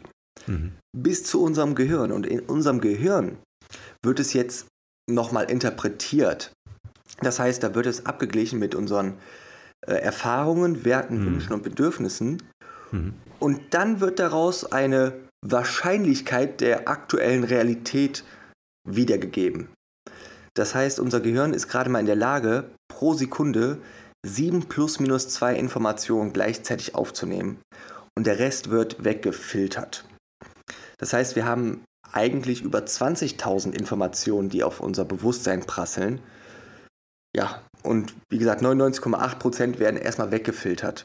bis zu unserem Gehirn. Und in unserem Gehirn wird es jetzt nochmal interpretiert. Das heißt, da wird es abgeglichen mit unseren Erfahrungen, Werten, Wünschen und Bedürfnissen. Und dann wird daraus eine Wahrscheinlichkeit der aktuellen Realität wiedergegeben. Das heißt, unser Gehirn ist gerade mal in der Lage, pro Sekunde 7 plus minus 2 Informationen gleichzeitig aufzunehmen und der Rest wird weggefiltert. Das heißt, wir haben eigentlich über 20.000 Informationen, die auf unser Bewusstsein prasseln. Ja, und wie gesagt, 99,8% werden erstmal weggefiltert.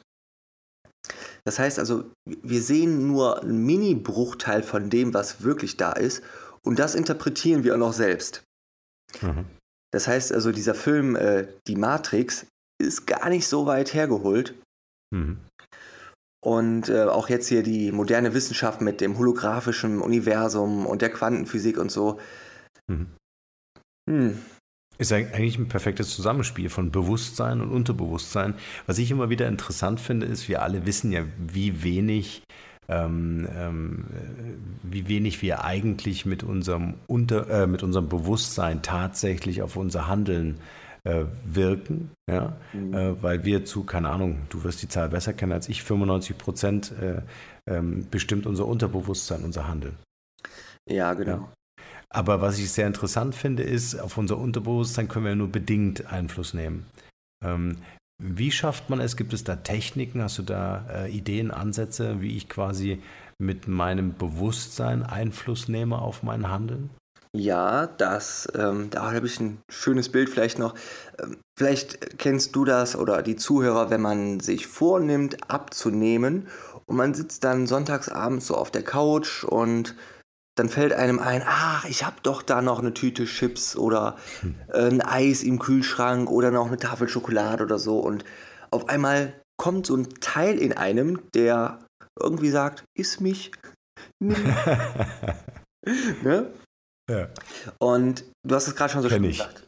Das heißt also, wir sehen nur einen Mini-Bruchteil von dem, was wirklich da ist, und das interpretieren wir auch noch selbst. Das heißt also, dieser Film, Die Matrix, ist gar nicht so weit hergeholt. Und auch jetzt hier die moderne Wissenschaft mit dem holographischen Universum und der Quantenphysik und so. Ist eigentlich ein perfektes Zusammenspiel von Bewusstsein und Unterbewusstsein. Was ich immer wieder interessant finde, ist, wir alle wissen ja, wie wenig wir eigentlich mit unserem Bewusstsein tatsächlich auf unser Handeln wirken, ja? Weil wir keine Ahnung, du wirst die Zahl besser kennen als ich, 95% bestimmt unser Unterbewusstsein, unser Handeln. Ja, genau. Ja? Aber was ich sehr interessant finde, ist, auf unser Unterbewusstsein können wir nur bedingt Einfluss nehmen. Wie schafft man es? Gibt es da Techniken? Hast du da Ideen, Ansätze, wie ich quasi mit meinem Bewusstsein Einfluss nehme auf mein Handeln? Ja, da habe ich ein schönes Bild vielleicht noch. Vielleicht kennst du das oder die Zuhörer, wenn man sich vornimmt, abzunehmen und man sitzt dann sonntagsabends so auf der Couch und dann fällt einem ein, ich habe doch da noch eine Tüte Chips oder ein Eis im Kühlschrank oder noch eine Tafel Schokolade oder so. Und auf einmal kommt so ein Teil in einem, der irgendwie sagt, iss mich. Ne? Ja. Und du hast es gerade schon so schön gesagt.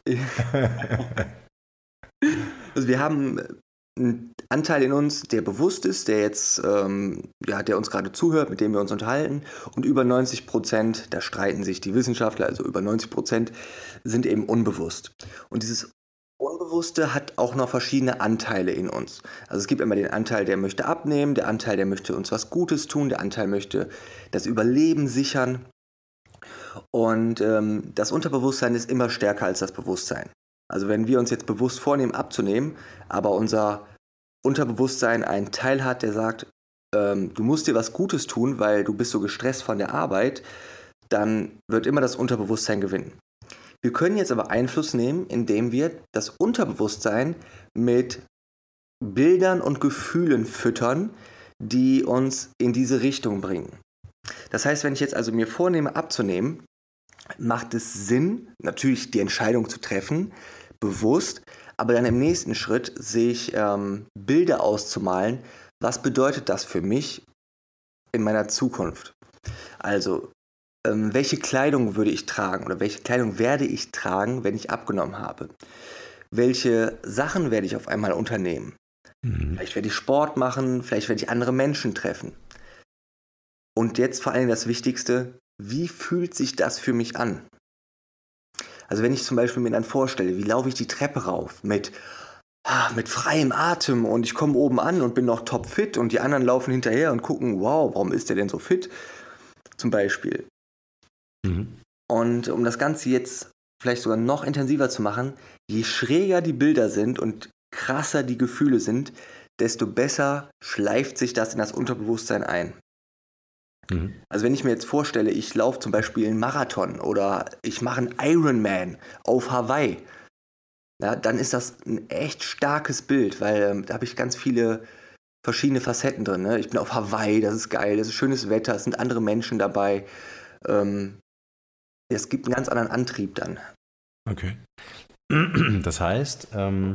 Also wir haben einen Anteil in uns, der bewusst ist, der jetzt, der uns gerade zuhört, mit dem wir uns unterhalten. Und über 90%, da streiten sich die Wissenschaftler, also über 90% sind eben unbewusst. Und dieses Unbewusste hat auch noch verschiedene Anteile in uns. Also es gibt immer den Anteil, der möchte abnehmen, der Anteil, der möchte uns was Gutes tun, der Anteil möchte das Überleben sichern. Und das Unterbewusstsein ist immer stärker als das Bewusstsein. Also wenn wir uns jetzt bewusst vornehmen, abzunehmen, aber unser Unterbewusstsein einen Teil hat, der sagt, du musst dir was Gutes tun, weil du bist so gestresst von der Arbeit, dann wird immer das Unterbewusstsein gewinnen. Wir können jetzt aber Einfluss nehmen, indem wir das Unterbewusstsein mit Bildern und Gefühlen füttern, die uns in diese Richtung bringen. Das heißt, wenn ich jetzt also mir vornehme, abzunehmen, macht es Sinn, natürlich die Entscheidung zu treffen, bewusst, aber dann im nächsten Schritt sich Bilder auszumalen, was bedeutet das für mich in meiner Zukunft? Also, welche Kleidung würde ich tragen oder welche Kleidung werde ich tragen, wenn ich abgenommen habe? Welche Sachen werde ich auf einmal unternehmen? Vielleicht werde ich Sport machen, vielleicht werde ich andere Menschen treffen. Und jetzt vor allem das Wichtigste, wie fühlt sich das für mich an? Also wenn ich zum Beispiel mir dann vorstelle, wie laufe ich die Treppe rauf mit freiem Atem und ich komme oben an und bin noch topfit und die anderen laufen hinterher und gucken, wow, warum ist der denn so fit? Zum Beispiel. Und um das Ganze jetzt vielleicht sogar noch intensiver zu machen, je schräger die Bilder sind und krasser die Gefühle sind, desto besser schleift sich das in das Unterbewusstsein ein. Also wenn ich mir jetzt vorstelle, ich laufe zum Beispiel einen Marathon oder ich mache einen Ironman auf Hawaii, ja, dann ist das ein echt starkes Bild, weil da habe ich ganz viele verschiedene Facetten drin. Ne? Ich bin auf Hawaii, das ist geil, das ist schönes Wetter, es sind andere Menschen dabei. Es gibt einen ganz anderen Antrieb dann. Okay. Das heißt,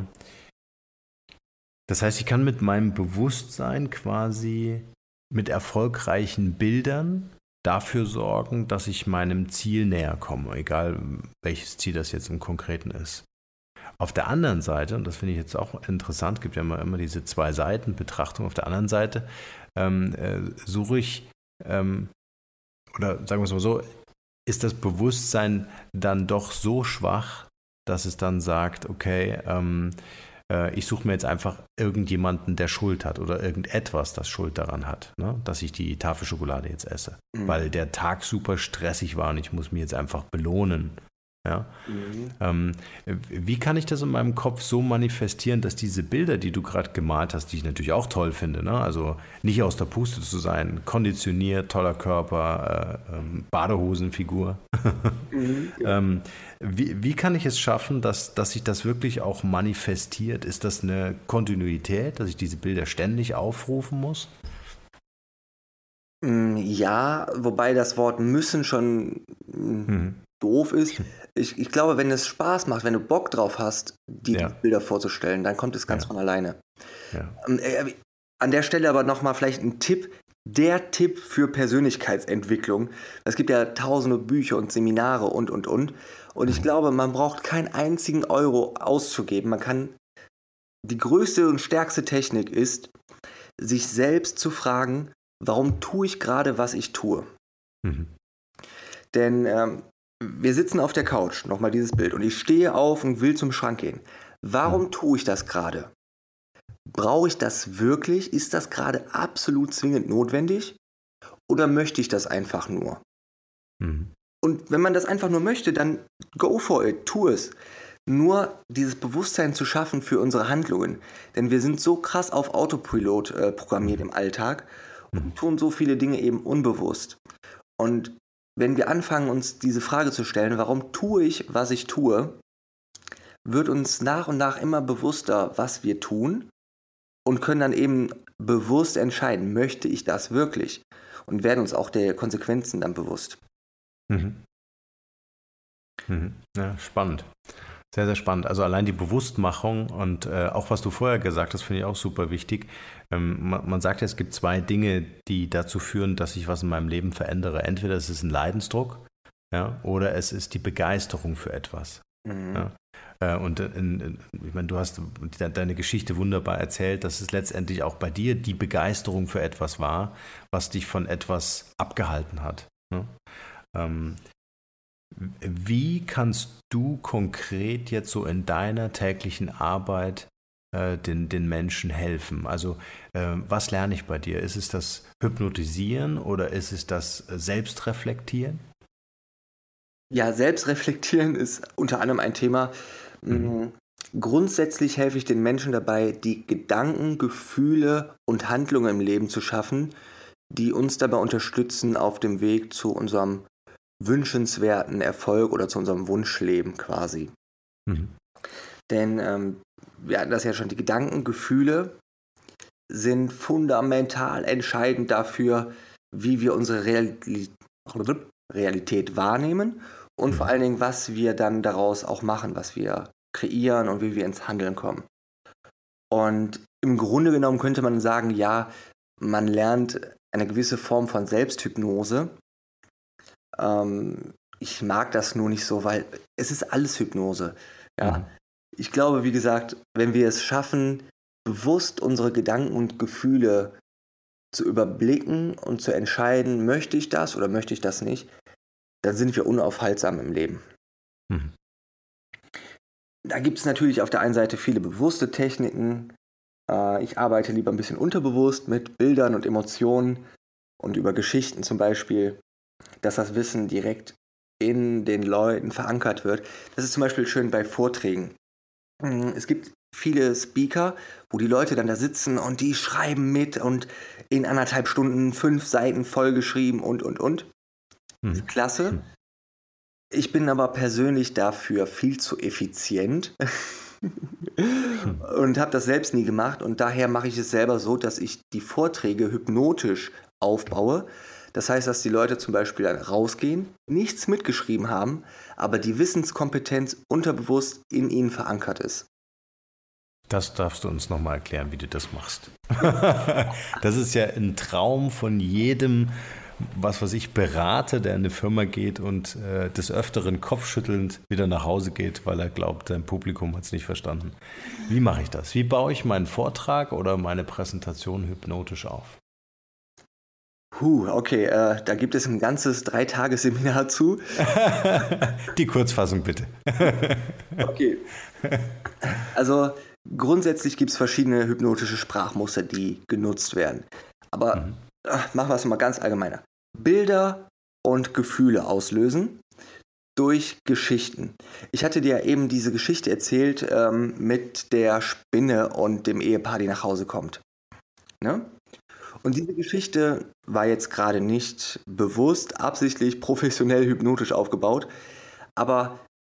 ich kann mit meinem Bewusstsein quasi mit erfolgreichen Bildern dafür sorgen, dass ich meinem Ziel näher komme, egal welches Ziel das jetzt im Konkreten ist. Auf der anderen Seite, und das finde ich jetzt auch interessant, gibt ja immer diese zwei Seiten Betrachtung, auf der anderen Seite suche ich, oder sagen wir es mal so, ist das Bewusstsein dann doch so schwach, dass es dann sagt, okay, ich suche mir jetzt einfach irgendjemanden, der Schuld hat oder irgendetwas, das Schuld daran hat, ne? Dass ich die Tafel Schokolade jetzt esse, weil der Tag super stressig war und ich muss mich jetzt einfach belohnen. Ja? Wie kann ich das in meinem Kopf so manifestieren, dass diese Bilder, die du gerade gemalt hast, die ich natürlich auch toll finde, ne? Also nicht aus der Puste zu sein, konditioniert, toller Körper, Badehosenfigur. Wie kann ich es schaffen, dass sich das wirklich auch manifestiert? Ist das eine Kontinuität, dass ich diese Bilder ständig aufrufen muss? Ja, wobei das Wort müssen schon doof ist. Ich glaube, wenn es Spaß macht, wenn du Bock drauf hast, die Bilder vorzustellen, dann kommt es ganz von alleine. Ja. An der Stelle aber nochmal vielleicht ein Tipp, der Tipp für Persönlichkeitsentwicklung. Es gibt ja tausende Bücher und Seminare und. Und ich glaube, man braucht keinen einzigen Euro auszugeben. Die größte und stärkste Technik ist, sich selbst zu fragen, warum tue ich gerade, was ich tue? Denn wir sitzen auf der Couch, nochmal dieses Bild, und ich stehe auf und will zum Schrank gehen. Warum tue ich das gerade? Brauche ich das wirklich? Ist das gerade absolut zwingend notwendig? Oder möchte ich das einfach nur? Und wenn man das einfach nur möchte, dann go for it, tu es. Nur dieses Bewusstsein zu schaffen für unsere Handlungen. Denn wir sind so krass auf Autopilot programmiert im Alltag und tun so viele Dinge eben unbewusst. Und wenn wir anfangen, uns diese Frage zu stellen, warum tue ich, was ich tue, wird uns nach und nach immer bewusster, was wir tun und können dann eben bewusst entscheiden, möchte ich das wirklich? Und werden uns auch der Konsequenzen dann bewusst. Ja, spannend. Sehr, sehr spannend. Also allein die Bewusstmachung und auch was du vorher gesagt hast, finde ich auch super wichtig. Man sagt ja, es gibt zwei Dinge, die dazu führen, dass ich was in meinem Leben verändere. Entweder es ist ein Leidensdruck, ja, oder es ist die Begeisterung für etwas. Ja. Und ich meine, du hast deine Geschichte wunderbar erzählt, dass es letztendlich auch bei dir die Begeisterung für etwas war, was dich von etwas abgehalten hat. Ne? Wie kannst du konkret jetzt so in deiner täglichen Arbeit den Menschen helfen? Also was lerne ich bei dir? Ist es das Hypnotisieren oder ist es das Selbstreflektieren? Ja, Selbstreflektieren ist unter anderem ein Thema. Grundsätzlich helfe ich den Menschen dabei, die Gedanken, Gefühle und Handlungen im Leben zu schaffen, die uns dabei unterstützen auf dem Weg zu unserem wünschenswerten Erfolg oder zu unserem Wunschleben quasi. Denn wir hatten das ja schon, die Gedanken, Gefühle sind fundamental entscheidend dafür, wie wir unsere Realität wahrnehmen und vor allen Dingen, was wir dann daraus auch machen, was wir kreieren und wie wir ins Handeln kommen. Und im Grunde genommen könnte man sagen, ja, man lernt eine gewisse Form von Selbsthypnose. Ich mag das nur nicht so, weil es ist alles Hypnose. Ja? Mhm. Ich glaube, wie gesagt, wenn wir es schaffen, bewusst unsere Gedanken und Gefühle zu überblicken und zu entscheiden, möchte ich das oder möchte ich das nicht, dann sind wir unaufhaltsam im Leben. Mhm. Da gibt es natürlich auf der einen Seite viele bewusste Techniken. Ich arbeite lieber ein bisschen unterbewusst mit Bildern und Emotionen und über Geschichten zum Beispiel, dass das Wissen direkt in den Leuten verankert wird. Das ist zum Beispiel schön bei Vorträgen. Es gibt viele Speaker, wo die Leute dann da sitzen und die schreiben mit und in 1,5 Stunden 5 Seiten vollgeschrieben und. Mhm. Klasse. Ich bin aber persönlich dafür viel zu effizient und habe das selbst nie gemacht und daher mache ich es selber so, dass ich die Vorträge hypnotisch aufbaue. Das heißt, dass die Leute zum Beispiel dann rausgehen, nichts mitgeschrieben haben, aber die Wissenskompetenz unterbewusst in ihnen verankert ist. Das darfst du uns nochmal erklären, wie du das machst. Das ist ja ein Traum von jedem, was ich berate, der in eine Firma geht und des Öfteren kopfschüttelnd wieder nach Hause geht, weil er glaubt, sein Publikum hat es nicht verstanden. Wie mache ich das? Wie baue ich meinen Vortrag oder meine Präsentation hypnotisch auf? Okay, da gibt es ein ganzes 3-Tage-Seminar zu. Die Kurzfassung bitte. Okay. Also grundsätzlich gibt es verschiedene hypnotische Sprachmuster, die genutzt werden. Aber machen wir es mal ganz allgemeiner. Bilder und Gefühle auslösen durch Geschichten. Ich hatte dir ja eben diese Geschichte erzählt mit der Spinne und dem Ehepaar, die nach Hause kommt. Ne? Und diese Geschichte war jetzt gerade nicht bewusst, absichtlich, professionell, hypnotisch aufgebaut, aber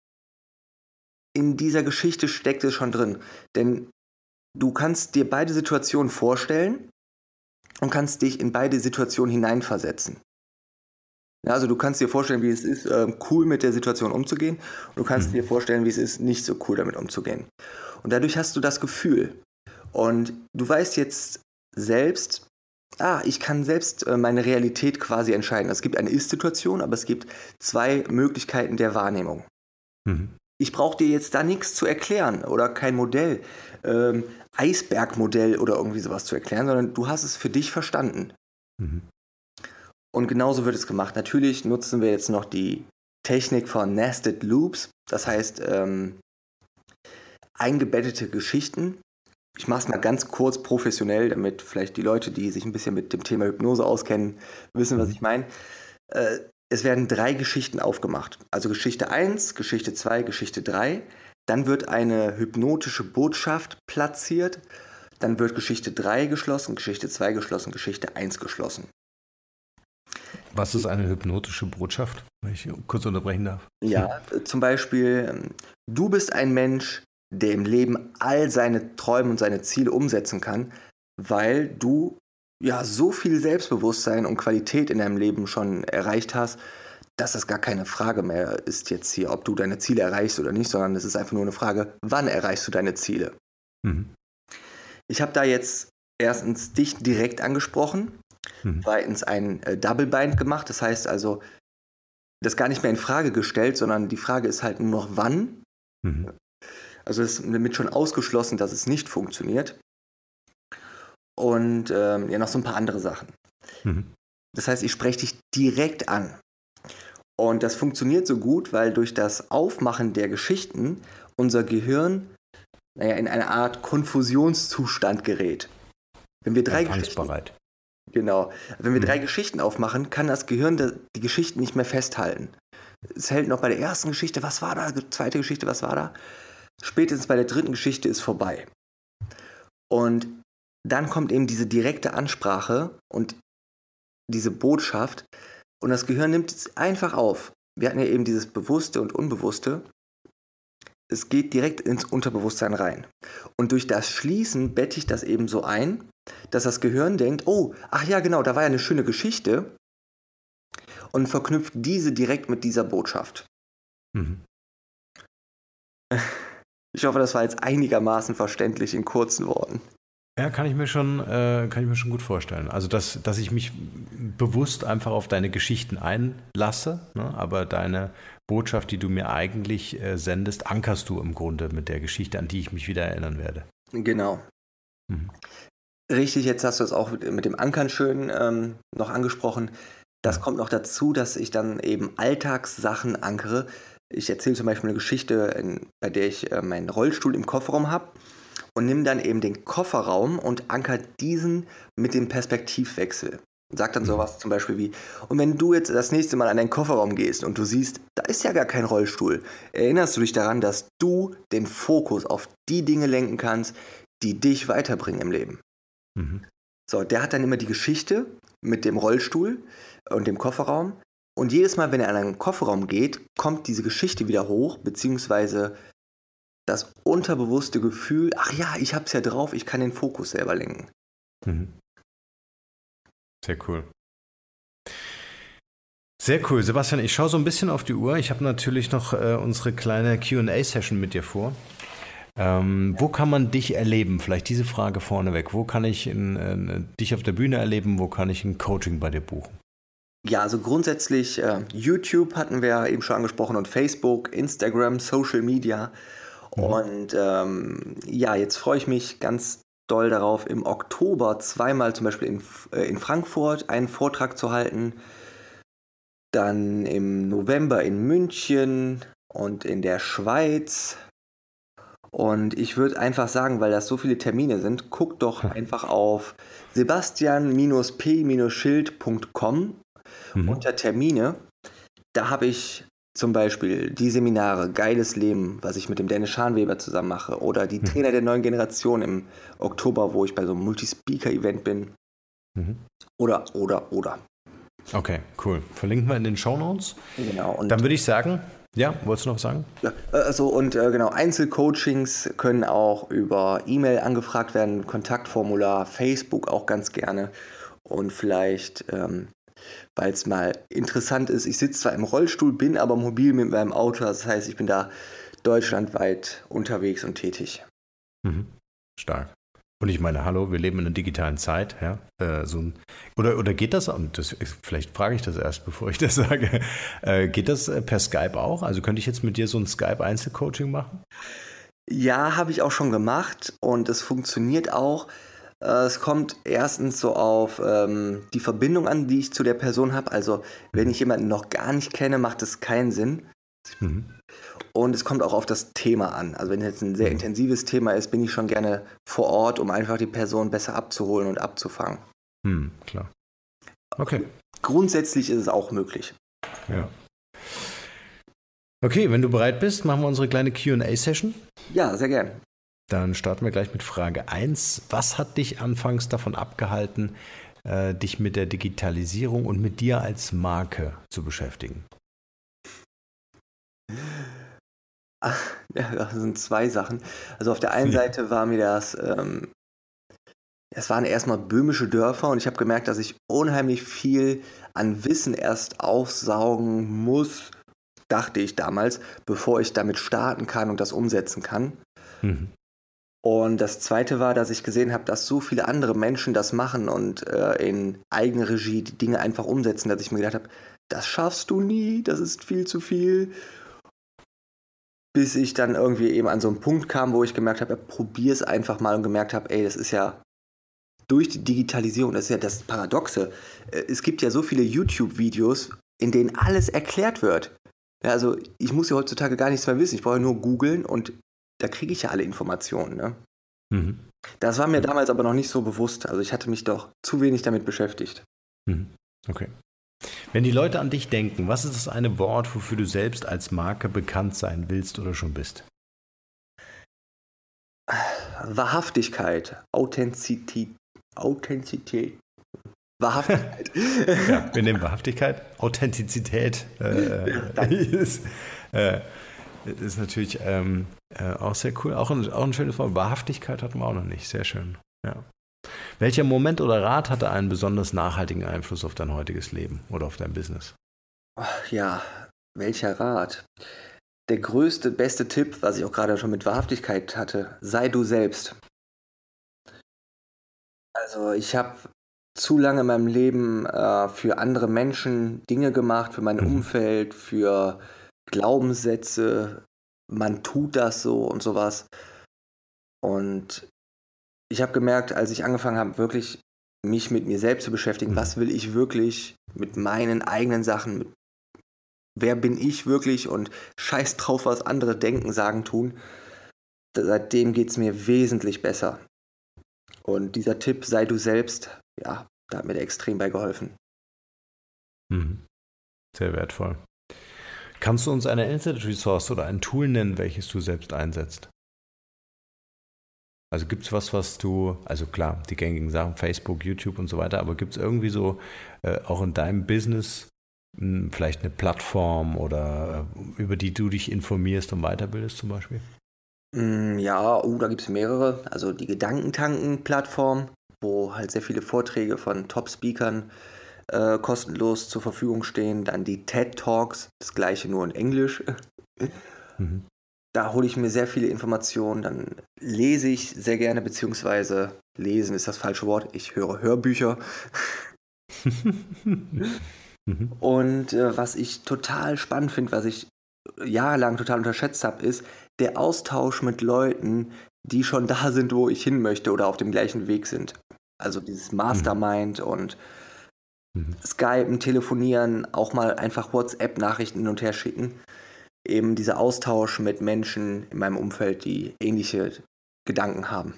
in dieser Geschichte steckt es schon drin. Denn du kannst dir beide Situationen vorstellen und kannst dich in beide Situationen hineinversetzen. Ja, also du kannst dir vorstellen, wie es ist, cool mit der Situation umzugehen und du kannst dir vorstellen, wie es ist, nicht so cool damit umzugehen. Und dadurch hast du das Gefühl. Und du weißt jetzt selbst, ich kann selbst meine Realität quasi entscheiden. Es gibt eine Ist-Situation, aber es gibt 2 Möglichkeiten der Wahrnehmung. Mhm. Ich brauche dir jetzt da nichts zu erklären oder kein Modell, Eisbergmodell oder irgendwie sowas zu erklären, sondern du hast es für dich verstanden. Mhm. Und genauso wird es gemacht. Natürlich nutzen wir jetzt noch die Technik von Nested Loops, das heißt eingebettete Geschichten. Ich mache es mal ganz kurz professionell, damit vielleicht die Leute, die sich ein bisschen mit dem Thema Hypnose auskennen, wissen, was ich meine. Es werden 3 Geschichten aufgemacht. Also Geschichte 1, Geschichte 2, Geschichte 3. Dann wird eine hypnotische Botschaft platziert. Dann wird Geschichte 3 geschlossen, Geschichte 2 geschlossen, Geschichte 1 geschlossen. Was ist eine hypnotische Botschaft, wenn ich kurz unterbrechen darf? Ja, zum Beispiel, du bist ein Mensch, der im Leben all seine Träume und seine Ziele umsetzen kann, weil du ja so viel Selbstbewusstsein und Qualität in deinem Leben schon erreicht hast, dass das gar keine Frage mehr ist jetzt hier, ob du deine Ziele erreichst oder nicht, sondern es ist einfach nur eine Frage, wann erreichst du deine Ziele? Mhm. Ich habe da jetzt erstens dich direkt angesprochen, zweitens ein Double Bind gemacht, das heißt also, das gar nicht mehr in Frage gestellt, sondern die Frage ist halt nur noch wann. Mhm. Also es ist damit schon ausgeschlossen, dass es nicht funktioniert. Und noch so ein paar andere Sachen. Mhm. Das heißt, ich spreche dich direkt an. Und das funktioniert so gut, weil durch das Aufmachen der Geschichten unser Gehirn in eine Art Konfusionszustand gerät. Wenn wir 3 Geschichten aufmachen, kann das Gehirn die Geschichten nicht mehr festhalten. Es hält noch bei der ersten Geschichte, was war da? Zweite Geschichte, was war da? Spätestens bei der 3. Geschichte ist vorbei. Und dann kommt eben diese direkte Ansprache und diese Botschaft und das Gehirn nimmt es einfach auf. Wir hatten ja eben dieses Bewusste und Unbewusste. Es geht direkt ins Unterbewusstsein rein. Und durch das Schließen bette ich das eben so ein, dass das Gehirn denkt, ach ja genau, da war ja eine schöne Geschichte und verknüpft diese direkt mit dieser Botschaft. Mhm. Ich hoffe, das war jetzt einigermaßen verständlich in kurzen Worten. Ja, kann ich mir schon gut vorstellen. Also, dass ich mich bewusst einfach auf deine Geschichten einlasse, ne? Aber deine Botschaft, die du mir eigentlich sendest, ankerst du im Grunde mit der Geschichte, an die ich mich wieder erinnern werde. Genau. Mhm. Richtig, jetzt hast du es auch mit dem Ankern schön noch angesprochen. Das kommt noch dazu, dass ich dann eben Alltagssachen ankere. Ich erzähle zum Beispiel eine Geschichte, bei der ich meinen Rollstuhl im Kofferraum habe und nehme dann eben den Kofferraum und anker diesen mit dem Perspektivwechsel. Sag dann sowas zum Beispiel wie, und wenn du jetzt das nächste Mal an deinen Kofferraum gehst und du siehst, da ist ja gar kein Rollstuhl, erinnerst du dich daran, dass du den Fokus auf die Dinge lenken kannst, die dich weiterbringen im Leben. Mhm. So, der hat dann immer die Geschichte mit dem Rollstuhl und dem Kofferraum. Und jedes Mal, wenn er an einen Kofferraum geht, kommt diese Geschichte wieder hoch, beziehungsweise das unterbewusste Gefühl, ach ja, ich hab's ja drauf, ich kann den Fokus selber lenken. Mhm. Sehr cool. Sehr cool. Sebastian, ich schaue so ein bisschen auf die Uhr. Ich habe natürlich noch unsere kleine Q&A-Session mit dir vor. Wo kann man dich erleben? Vielleicht diese Frage vorneweg. Wo kann ich dich auf der Bühne erleben? Wo kann ich ein Coaching bei dir buchen? Ja, also grundsätzlich YouTube hatten wir eben schon angesprochen und Facebook, Instagram, Social Media. Und jetzt freue ich mich ganz doll darauf, im Oktober zweimal zum Beispiel in Frankfurt einen Vortrag zu halten. Dann im November in München und in der Schweiz. Und ich würde einfach sagen, weil das so viele Termine sind, guck doch einfach auf sebastian-p-schild.com unter Termine. Da habe ich zum Beispiel die Seminare Geiles Leben, was ich mit dem Dennis Scharnweber zusammen mache, oder die Trainer der neuen Generation im Oktober, wo ich bei so einem Multispeaker-Event bin. Oder. Okay, cool. Verlinken wir in den Shownotes. Genau. Und dann würde ich sagen, ja, wolltest du noch was sagen? Ja, genau, Einzelcoachings können auch über E-Mail angefragt werden, Kontaktformular, Facebook auch ganz gerne. Und vielleicht, weil es mal interessant ist, ich sitze zwar im Rollstuhl, bin aber mobil mit meinem Auto, das heißt, ich bin da deutschlandweit unterwegs und tätig. Stark. Und ich meine, hallo, wir leben in einer digitalen Zeit, ja. Oder geht das, und vielleicht frage ich das erst, bevor ich das sage, geht das per Skype auch? Also könnte ich jetzt mit dir so ein Skype-Einzelcoaching machen? Ja, habe ich auch schon gemacht und es funktioniert auch. Es kommt erstens so auf die Verbindung an, die ich zu der Person habe. Also wenn ich jemanden noch gar nicht kenne, macht es keinen Sinn. Und es kommt auch auf das Thema an. Also wenn jetzt ein sehr intensives Thema ist, bin ich schon gerne vor Ort, um einfach die Person besser abzuholen und abzufangen. Klar. Okay. Grundsätzlich ist es auch möglich. Ja. Okay, wenn du bereit bist, machen wir unsere kleine Q&A-Session. Ja, sehr gern. Dann starten wir gleich mit Frage 1. Was hat dich anfangs davon abgehalten, dich mit der Digitalisierung und mit dir als Marke zu beschäftigen? Ja, das sind zwei Sachen. Also auf der einen Seite war mir das, es waren erstmal böhmische Dörfer und ich habe gemerkt, dass ich unheimlich viel an Wissen erst aufsaugen muss, dachte ich damals, bevor ich damit starten kann und das umsetzen kann. Und das Zweite war, dass ich gesehen habe, dass so viele andere Menschen das machen und in Eigenregie die Dinge einfach umsetzen, dass ich mir gedacht habe, das schaffst du nie, das ist viel zu viel. Bis ich dann irgendwie eben an so einen Punkt kam, wo ich gemerkt habe, probier es einfach mal und gemerkt habe, das ist ja durch die Digitalisierung, das ist ja das Paradoxe. Es gibt ja so viele YouTube-Videos, in denen alles erklärt wird. Ja, also ich muss ja heutzutage gar nichts mehr wissen, ich brauche nur googeln und da kriege ich ja alle Informationen. Ne? Das war mir damals aber noch nicht so bewusst, also ich hatte mich doch zu wenig damit beschäftigt. Okay. Wenn die Leute an dich denken, was ist das eine Wort, wofür du selbst als Marke bekannt sein willst oder schon bist? Wahrhaftigkeit, Authentizität. Wahrhaftigkeit. Ja, wir nehmen Wahrhaftigkeit. Authentizität ist natürlich auch sehr cool. Auch ein schönes Wort. Wahrhaftigkeit hatten wir auch noch nicht. Sehr schön. Ja. Welcher Moment oder Rat hatte einen besonders nachhaltigen Einfluss auf dein heutiges Leben oder auf dein Business? Ja, welcher Rat? der größte, beste Tipp, was ich auch gerade schon mit Wahrhaftigkeit hatte, sei du selbst. Also ich habe zu lange in meinem Leben für andere Menschen Dinge gemacht, für mein Umfeld, für Glaubenssätze, man tut das so und sowas. Und ich habe gemerkt, als ich angefangen habe, wirklich mich mit mir selbst zu beschäftigen, was will ich wirklich mit meinen eigenen Sachen, mit wer bin ich wirklich und scheiß drauf, was andere denken, sagen, tun. Seitdem geht es mir wesentlich besser. Und dieser Tipp, sei du selbst, ja, da hat mir der extrem bei geholfen. Sehr wertvoll. Kannst du uns eine Internet-Resource oder ein Tool nennen, welches du selbst einsetzt? Also gibt es was du, also klar, die gängigen Sachen, Facebook, YouTube und so weiter, aber gibt es irgendwie so auch in deinem Business vielleicht eine Plattform oder über die du dich informierst und weiterbildest zum Beispiel? Ja, da gibt es mehrere. Also die Gedankentanken-Plattform, wo halt sehr viele Vorträge von Top-Speakern kostenlos zur Verfügung stehen. Dann die TED Talks, das gleiche nur in Englisch. Da hole ich mir sehr viele Informationen. Dann lese ich sehr gerne, beziehungsweise lesen ist das falsche Wort. Ich höre Hörbücher. Und was ich total spannend finde, was ich jahrelang total unterschätzt habe, ist der Austausch mit Leuten, die schon da sind, wo ich hin möchte oder auf dem gleichen Weg sind. Also dieses Mastermind und Skypen, telefonieren, auch mal einfach WhatsApp-Nachrichten hin und her schicken. Eben dieser Austausch mit Menschen in meinem Umfeld, die ähnliche Gedanken haben.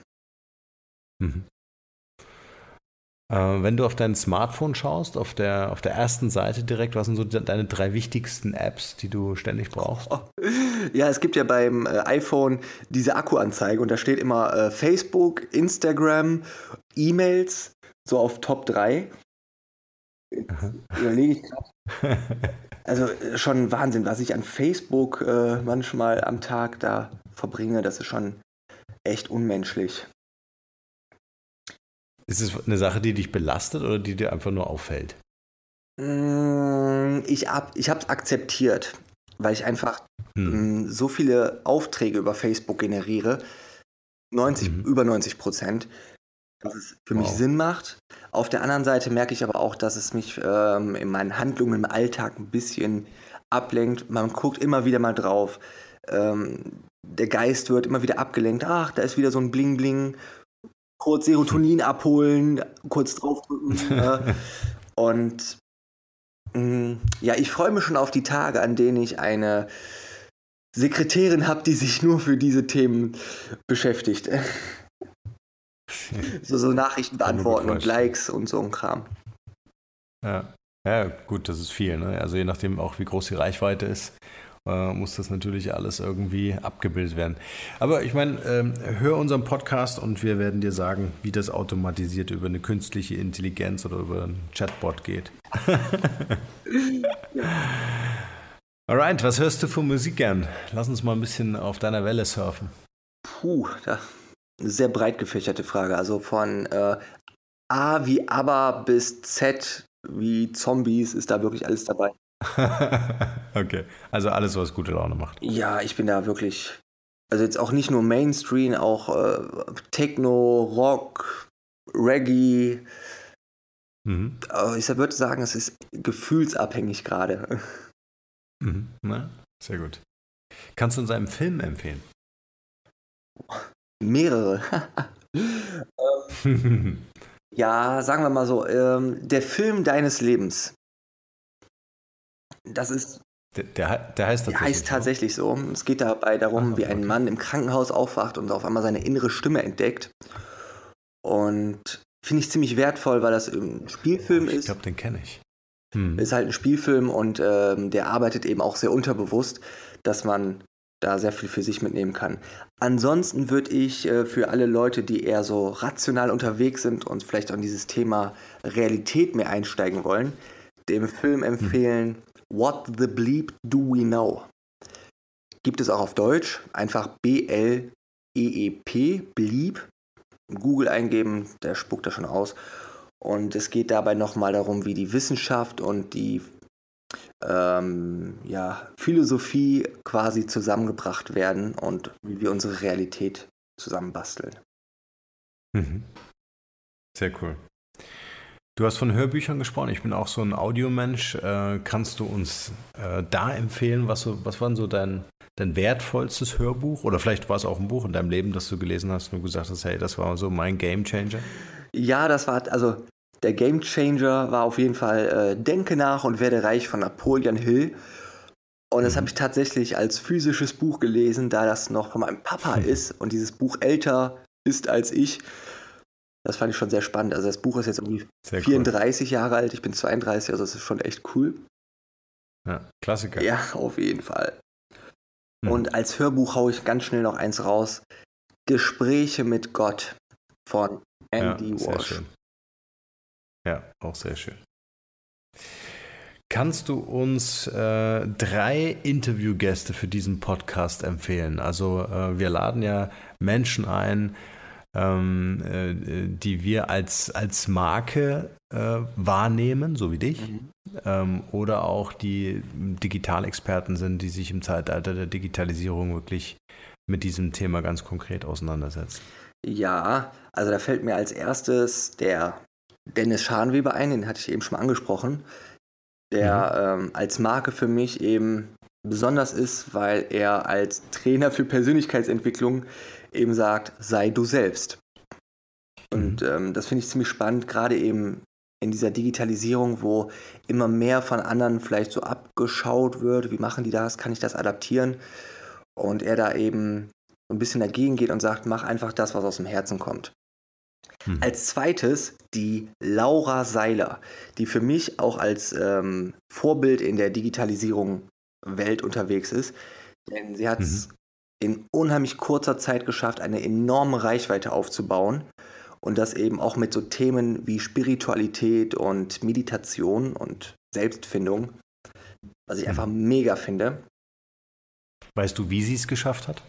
Wenn du auf dein Smartphone schaust, auf der ersten Seite direkt, was sind so deine 3 wichtigsten Apps, die du ständig brauchst? Ja, es gibt ja beim iPhone diese Akkuanzeige und da steht immer Facebook, Instagram, E-Mails, so auf Top 3. Überlege ich gerade. Also schon Wahnsinn, was ich an Facebook manchmal am Tag da verbringe, das ist schon echt unmenschlich. Ist es eine Sache, die dich belastet oder die dir einfach nur auffällt? Ich habe es akzeptiert, weil ich einfach so viele Aufträge über Facebook generiere, über 90%, dass es für mich Sinn macht. Auf der anderen Seite merke ich aber auch, dass es mich in meinen Handlungen im Alltag ein bisschen ablenkt. Man guckt immer wieder mal drauf. Der Geist wird immer wieder abgelenkt. Ach, da ist wieder so ein Bling-Bling. Kurz Serotonin abholen, kurz draufdrücken. Und ja, ich freue mich schon auf die Tage, an denen ich eine Sekretärin habe, die sich nur für diese Themen beschäftigt. So Nachrichten beantworten und Likes und so ein Kram. Ja, gut, das ist viel. Ne? Also je nachdem auch, wie groß die Reichweite ist, muss das natürlich alles irgendwie abgebildet werden. Aber ich meine, hör unseren Podcast und wir werden dir sagen, wie das automatisiert über eine künstliche Intelligenz oder über einen Chatbot geht. Alright, was hörst du für Musik gern? Lass uns mal ein bisschen auf deiner Welle surfen. Eine sehr breit gefächerte Frage. Also von A wie ABBA bis Z wie Zombies ist da wirklich alles dabei. Okay, also alles, was gute Laune macht. Ja, ich bin da wirklich, also jetzt auch nicht nur Mainstream, auch Techno, Rock, Reggae. Ich würde sagen, es ist gefühlsabhängig gerade. Na, sehr gut. Kannst du uns einen Film empfehlen? Mehrere. Ja, sagen wir mal so, der Film deines Lebens. Das ist. Der heißt tatsächlich so. Es geht dabei darum, wie ein Mann im Krankenhaus aufwacht und auf einmal seine innere Stimme entdeckt. Und finde ich ziemlich wertvoll, weil das ein Spielfilm ist. Ich glaube, den kenne ich. Ist halt ein Spielfilm und der arbeitet eben auch sehr unterbewusst, dass man da sehr viel für sich mitnehmen kann. Ansonsten würde ich für alle Leute, die eher so rational unterwegs sind und vielleicht an dieses Thema Realität mehr einsteigen wollen, dem Film empfehlen What the Bleep Do We Know? Gibt es auch auf Deutsch, einfach BLEEP, Bleep. Google eingeben, der spuckt das schon aus. Und es geht dabei nochmal darum, wie die Wissenschaft und die Philosophie quasi zusammengebracht werden und wie wir unsere Realität zusammenbasteln. Mhm. Sehr cool. Du hast von Hörbüchern gesprochen. Ich bin auch so ein Audiomensch. Kannst du uns da empfehlen, was war denn so dein wertvollstes Hörbuch? Oder vielleicht war es auch ein Buch in deinem Leben, das du gelesen hast und du gesagt hast, hey, das war so mein Gamechanger? Ja, also der Gamechanger war auf jeden Fall Denke nach und werde reich von Napoleon Hill. Und das habe ich tatsächlich als physisches Buch gelesen, da das noch von meinem Papa ist und dieses Buch älter ist als ich. Das fand ich schon sehr spannend. Also das Buch ist jetzt irgendwie 34 Jahre alt, ich bin 32, also das ist schon echt cool. Ja, Klassiker. Ja, auf jeden Fall. Und als Hörbuch haue ich ganz schnell noch eins raus. Gespräche mit Gott von Andy Walsh. Sehr schön. Ja, auch sehr schön. Kannst du uns 3 Interviewgäste für diesen Podcast empfehlen? Also wir laden ja Menschen ein, die wir als Marke wahrnehmen, so wie dich, oder auch die Digitalexperten sind, die sich im Zeitalter der Digitalisierung wirklich mit diesem Thema ganz konkret auseinandersetzen. Ja, also da fällt mir als erstes der Dennis Scharnweber ein, den hatte ich eben schon mal angesprochen, der als Marke für mich eben besonders ist, weil er als Trainer für Persönlichkeitsentwicklung eben sagt, sei du selbst. Und das finde ich ziemlich spannend, gerade eben in dieser Digitalisierung, wo immer mehr von anderen vielleicht so abgeschaut wird, wie machen die das, kann ich das adaptieren? Und er da eben so ein bisschen dagegen geht und sagt, mach einfach das, was aus dem Herzen kommt. Als zweites die Laura Seiler, die für mich auch als Vorbild in der Digitalisierung Welt unterwegs ist. Denn sie hat es in unheimlich kurzer Zeit geschafft, eine enorme Reichweite aufzubauen. Und das eben auch mit so Themen wie Spiritualität und Meditation und Selbstfindung, was ich einfach mega finde. Weißt du, wie sie es geschafft hat?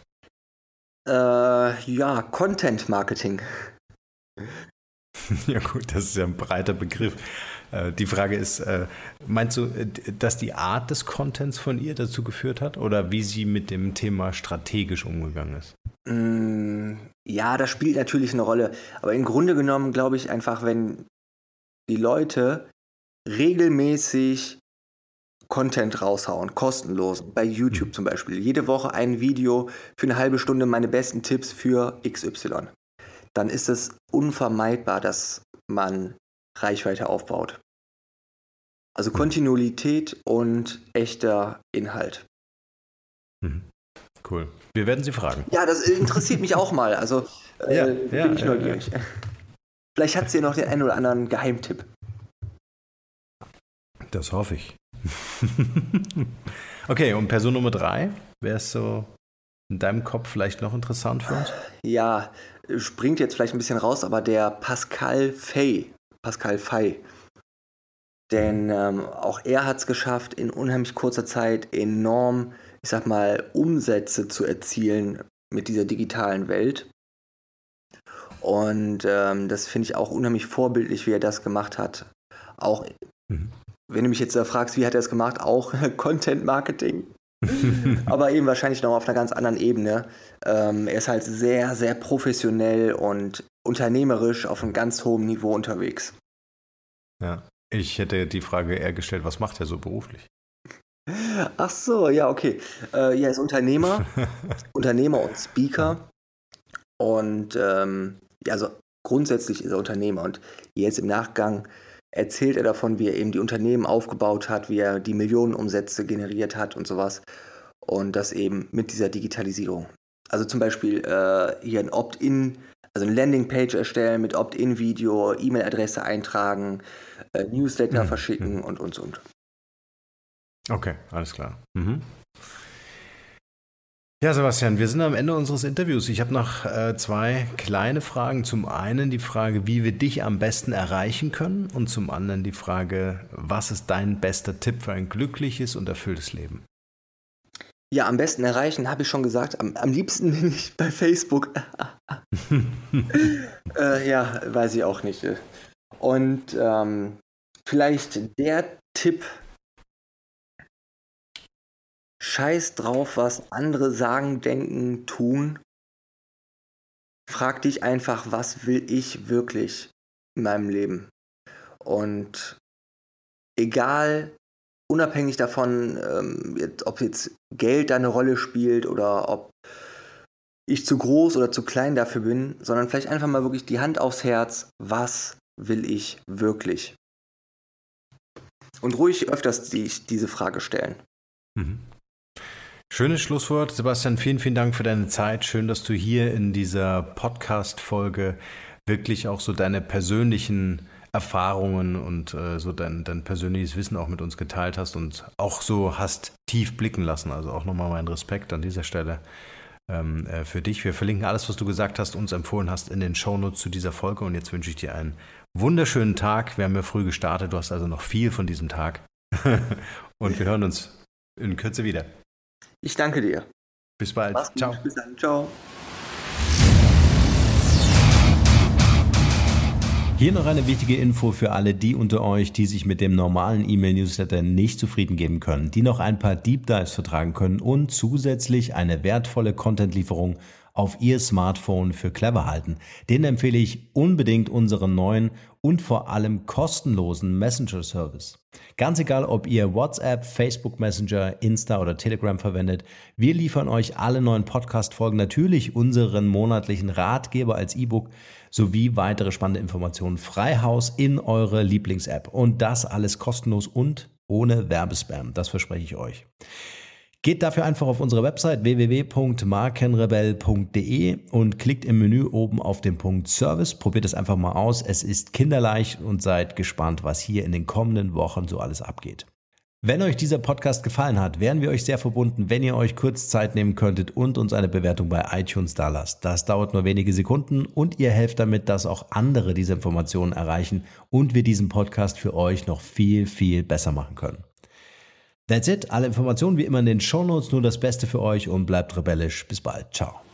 Content Marketing. Ja gut, das ist ja ein breiter Begriff. Die Frage ist, meinst du, dass die Art des Contents von ihr dazu geführt hat oder wie sie mit dem Thema strategisch umgegangen ist? Ja, das spielt natürlich eine Rolle. Aber im Grunde genommen glaube ich einfach, wenn die Leute regelmäßig Content raushauen, kostenlos, bei YouTube zum Beispiel, jede Woche ein Video für eine halbe Stunde, meine besten Tipps für XY, dann ist es unvermeidbar, dass man Reichweite aufbaut. Also Kontinuität und echter Inhalt. Cool. Wir werden sie fragen. Ja, das interessiert mich auch mal. Also bin ich neugierig. Ja. Vielleicht hat sie noch den einen oder anderen Geheimtipp. Das hoffe ich. Okay, und Person Nummer 3, wer ist so in deinem Kopf vielleicht noch interessant für uns? Ja, springt jetzt vielleicht ein bisschen raus, aber der Pascal Fay. Denn auch er hat es geschafft, in unheimlich kurzer Zeit enorm, ich sag mal, Umsätze zu erzielen mit dieser digitalen Welt. Und das finde ich auch unheimlich vorbildlich, wie er das gemacht hat. Auch, wenn du mich jetzt fragst, wie hat er es gemacht, auch Content Marketing. Aber eben wahrscheinlich noch auf einer ganz anderen Ebene. Er ist halt sehr, sehr professionell und unternehmerisch auf einem ganz hohen Niveau unterwegs. Ja, ich hätte die Frage eher gestellt, was macht er so beruflich? Ach so, ja, okay. Er ist Unternehmer und Speaker. Und also grundsätzlich ist er Unternehmer. Und jetzt im Nachgang erzählt er davon, wie er eben die Unternehmen aufgebaut hat, wie er die Millionenumsätze generiert hat und sowas. Und das eben mit dieser Digitalisierung. Also zum Beispiel hier ein Opt-in, also eine Landingpage erstellen mit Opt-in-Video, E-Mail-Adresse eintragen, Newsletter verschicken und. Okay, alles klar. Ja, Sebastian, wir sind am Ende unseres Interviews. Ich habe noch 2 kleine Fragen. Zum einen die Frage, wie wir dich am besten erreichen können und zum anderen die Frage, was ist dein bester Tipp für ein glückliches und erfülltes Leben? Ja, am besten erreichen, habe ich schon gesagt. Am liebsten bin ich bei Facebook. Ja, weiß ich auch nicht. Und vielleicht der Tipp, scheiß drauf, was andere sagen, denken, tun. Frag dich einfach, was will ich wirklich in meinem Leben? Und egal, unabhängig davon, ob jetzt Geld da eine Rolle spielt oder ob ich zu groß oder zu klein dafür bin, sondern vielleicht einfach mal wirklich die Hand aufs Herz, was will ich wirklich? Und ruhig öfters diese Frage stellen. Mhm. Schönes Schlusswort. Sebastian, vielen, vielen Dank für deine Zeit. Schön, dass du hier in dieser Podcast-Folge wirklich auch so deine persönlichen Erfahrungen und so dein persönliches Wissen auch mit uns geteilt hast und auch so hast tief blicken lassen. Also auch nochmal mein Respekt an dieser Stelle für dich. Wir verlinken alles, was du gesagt hast, uns empfohlen hast, in den Shownotes zu dieser Folge. Und jetzt wünsche ich dir einen wunderschönen Tag. Wir haben ja früh gestartet. Du hast also noch viel von diesem Tag. Und wir hören uns in Kürze wieder. Ich danke dir. Bis bald. Ciao. Bis dann. Ciao. Hier noch eine wichtige Info für alle die unter euch, die sich mit dem normalen E-Mail-Newsletter nicht zufrieden geben können, die noch ein paar Deep Dives vertragen können und zusätzlich eine wertvolle Content-Lieferung auf ihr Smartphone für clever halten. Denen empfehle ich unbedingt unseren neuen und vor allem kostenlosen Messenger-Service. Ganz egal, ob ihr WhatsApp, Facebook Messenger, Insta oder Telegram verwendet, wir liefern euch alle neuen Podcast-Folgen, natürlich unseren monatlichen Ratgeber als E-Book sowie weitere spannende Informationen frei Haus in eure Lieblings-App. Und das alles kostenlos und ohne Werbespam, das verspreche ich euch. Geht dafür einfach auf unsere Website www.markenrebell.de und klickt im Menü oben auf den Punkt Service. Probiert es einfach mal aus. Es ist kinderleicht und seid gespannt, was hier in den kommenden Wochen so alles abgeht. Wenn euch dieser Podcast gefallen hat, wären wir euch sehr verbunden, wenn ihr euch kurz Zeit nehmen könntet und uns eine Bewertung bei iTunes dalasst. Das dauert nur wenige Sekunden und ihr helft damit, dass auch andere diese Informationen erreichen und wir diesen Podcast für euch noch viel, viel besser machen können. That's it. Alle Informationen wie immer in den Shownotes. Nur das Beste für euch und bleibt rebellisch. Bis bald. Ciao.